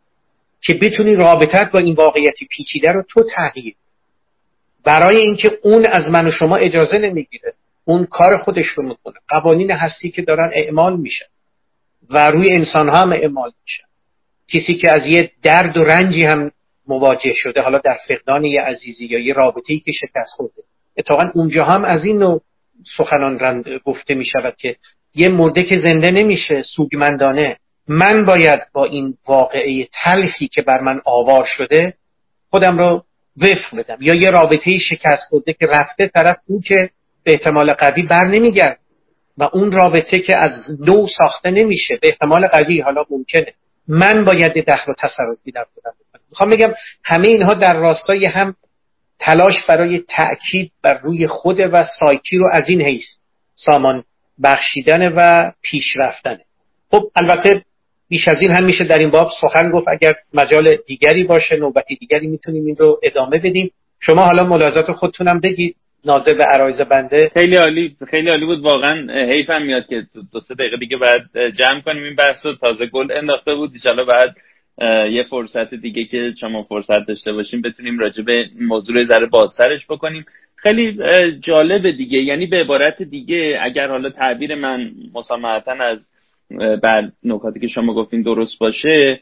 که بتونی رابطت با این واقعیتی پیچیده رو تو تغییر. برای اینکه اون از من و شما اجازه نمیگیره. اون کار خودش رو میکنه. قوانین هستی که دارن اعمال میشن و روی انسان ها هم اعمال میشن. کسی که از یه درد و رنجی هم مواجه شده، حالا در فقدان یه عزیزی یا یه رابطه‌ای که شکست خورده، اتفاقا اونجا هم از این نوع سخنان رند گفته میشود که یه مرده که زنده نمیشه سوگمندانه، من باید با این واقعه تلخی که بر من آوار شده خودم رو وفق بدم. یا یه رابطه‌ای شکست خورده که رفته طرف، اون که به احتمال قوی بر نمیگرد و اون رابطه که از نو ساخته نمیشه، به احتمال قوی حالا ممکنه من باید دخل و تصرفی در خودم بکنم. میخوام بگم همه اینها در راستای هم تلاش برای تأکید بر روی خود و سایکی رو از این حیث سامان بخشیدن و پیش رفتنه. خب البته بیش از این هم میشه در این باب سخن گفت، اگر مجال دیگری باشه نوبتی دیگری میتونیم این رو ادامه بدیم. شما حالا ملاحظات خودتونم بگید ناظر به عرایض بنده. خیلی عالی، خیلی عالی بود واقعا. حیفم میاد که دو سه دقیقه دیگه بعد جمع کنیم این بحثو، تازه گل انداخته بود. ان شاءالله بعد یه فرصت دیگه که شما فرصت داشته باشیم بتونیم راجع به موضوع ذره بازترش بکنیم. خیلی جالبه دیگه، یعنی به عبارت دیگه اگر حالا تعبیر من مسامحتاً از بعد نکاتی که شما گفتین درست باشه،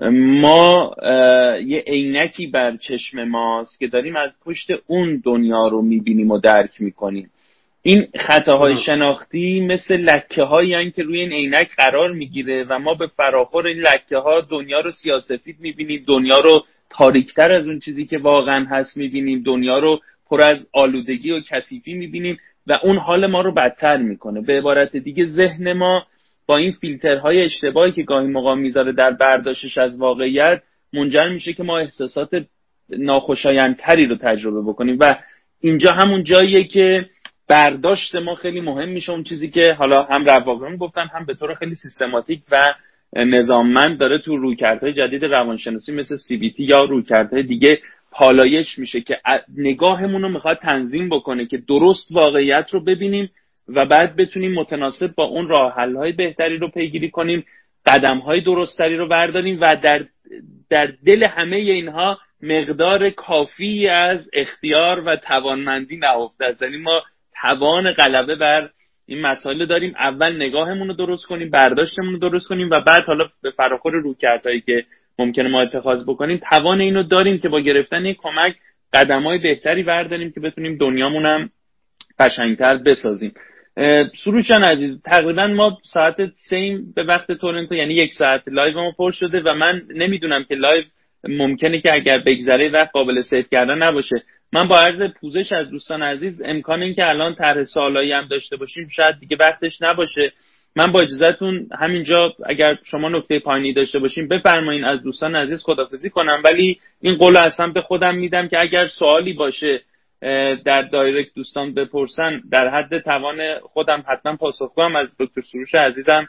ما یه عینکی بر چشم ماست که داریم از پشت اون دنیا رو میبینیم و درک میکنیم. این خطاهای شناختی مثل لکه هایی هستند که روی این عینک قرار میگیره و ما به فراخور این لکه ها دنیا رو سیاه‌سفید میبینیم، دنیا رو تاریکتر از اون چیزی که واقعا هست میبینیم، دنیا رو پر از آلودگی و کثیفی میبینیم و اون حال ما رو بدتر میکنه. به عبارت دیگه ذهن ما با این فیلترهای اشتباهی که گاهی موقع میذاره در برداشتش از واقعیت منجر میشه که ما احساسات ناخوشایندتری رو تجربه بکنیم و اینجا همون جاییه که برداشت ما خیلی مهم میشه. اون چیزی که حالا هم رواقیون گفتن هم به طور خیلی سیستماتیک و نظاممند داره تو رویکردهای جدید روانشناسی مثل سی بی تی یا رویکردهای دیگه پالایش میشه که نگاهمون رو میخواد تنظیم بکنه که درست واقعیت رو ببینیم و بعد بتونیم متناسب با اون راه حل‌های بهتری رو پیگیری کنیم، قدم‌های درستری رو برداریم و در در دل همه اینها مقدار کافی از اختیار و توانمندی نهفته است. یعنی ما توان غلبه بر این مسائل داریم. اول نگاهمون رو درست کنیم، برداشتمون رو درست کنیم و بعد حالا به فراخور رویکردهایی که ممکنه ما اتخاذ بکنیم توان اینو داریم که با گرفتن یک کمک قدم‌های بهتری برداریم که بتونیم دنیامون هم قشنگتر بسازیم. سروشان عزیز، تقریبا ما ساعت سیم به وقت تورنتو، یعنی یک ساعت لایو ما پر شده و من نمیدونم که لایو ممکنه که اگر بگذره وقت قابل سیو کردن نباشه. من با عرض پوزش از دوستان عزیز امکان این که الان طرح سوالایی هم داشته باشیم شاید دیگه وقتش نباشه. من با اجازهتون همینجا اگر شما نکته پایانی داشته باشیم بفرمایین، از دوستان عزیز خداحافظی کنم، ولی این قول اصلا به خودم میدم که اگر سوالی باشه در دایرکت دوستان بپرسن در حد توان خودم حتما پاسخگوام. از دکتر سروش عزیزم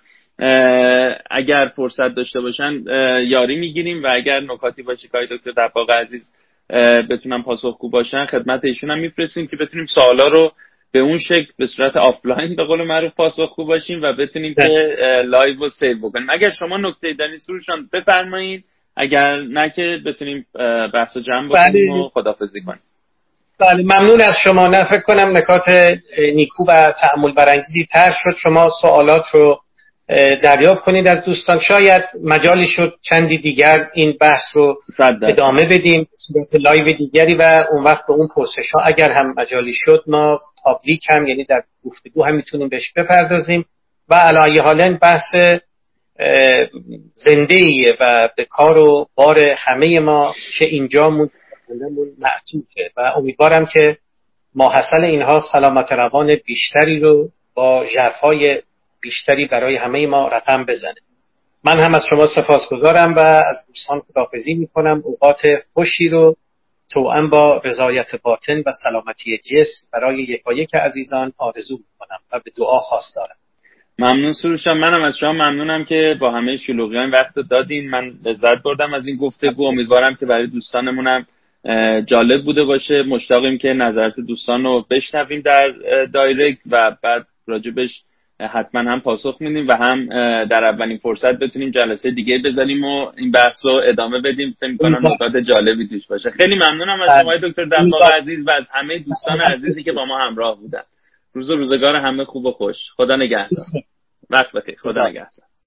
اگر فرصت داشته باشن یاری میگیریم و اگر نکاتی باشه که دکتر دباغ عزیز بتونن پاسخگو باشن خدمت ایشون هم میفرستیم که بتونیم سوالا رو به اون شکل به صورت آفلاین به قول معروف پاسخگو باشیم و بتونیم که لایو رو سیو بکنیم. اگر شما نکته دارین سروشان بفرمایید، اگر نه که بتونیم بحث جمع بکنیم و خداحافظی کنیم. بله ممنون از شما. نه فکر کنم نکات نیکو و تأمل برانگیزی طرح شد. شما سوالات رو دریافت کنید از دوستان. شاید مجالی شد چندی دیگر این بحث رو ادامه بدیم صورت لایو دیگری و اون وقت به اون پرسش ها اگر هم مجالی شد ما پابلیک هم یعنی در گفتگو هم میتونیم بهش بپردازیم و علی حال بحث زنده‌ایه و به کار و بار همه ما چه اینجامون معطوفه و امیدوارم که ماحصل اینها سلامت روان بیشتری رو با ژرفای بیشتری برای همه ما رقم بزنه. من هم از شما سپاسگزارم و از دوستان خداحافظی میکنم. اوقات خوشی رو توأم با رضایت باطن و سلامتی جسم برای یکایک عزیزان آرزو میکنم و به دعا خواستارم. ممنون سروشم. منم از شما ممنونم که با همه شلوغیان وقت دادین. من لذت بردم از این گفتگو. امیدوارم که برای دوستانمونم جالب بوده باشه. مشتاقیم که نظرات دوستان رو بشنویم در دایرکت و بعد راجبش حتما هم پاسخ میدیم و هم در اولین فرصت بتونیم جلسه دیگه بذاریم و این بحث رو ادامه بدیم. فکر می‌کنم نکات جالبی توش باشه. خیلی ممنونم از شما دکتر دباغ عزیز و از همه دوستان عزیزی که با ما همراه بودن. روز و روزگار همه خوب و خوش. خدا نگهدار. وقت بخیر. خدا نگهدار.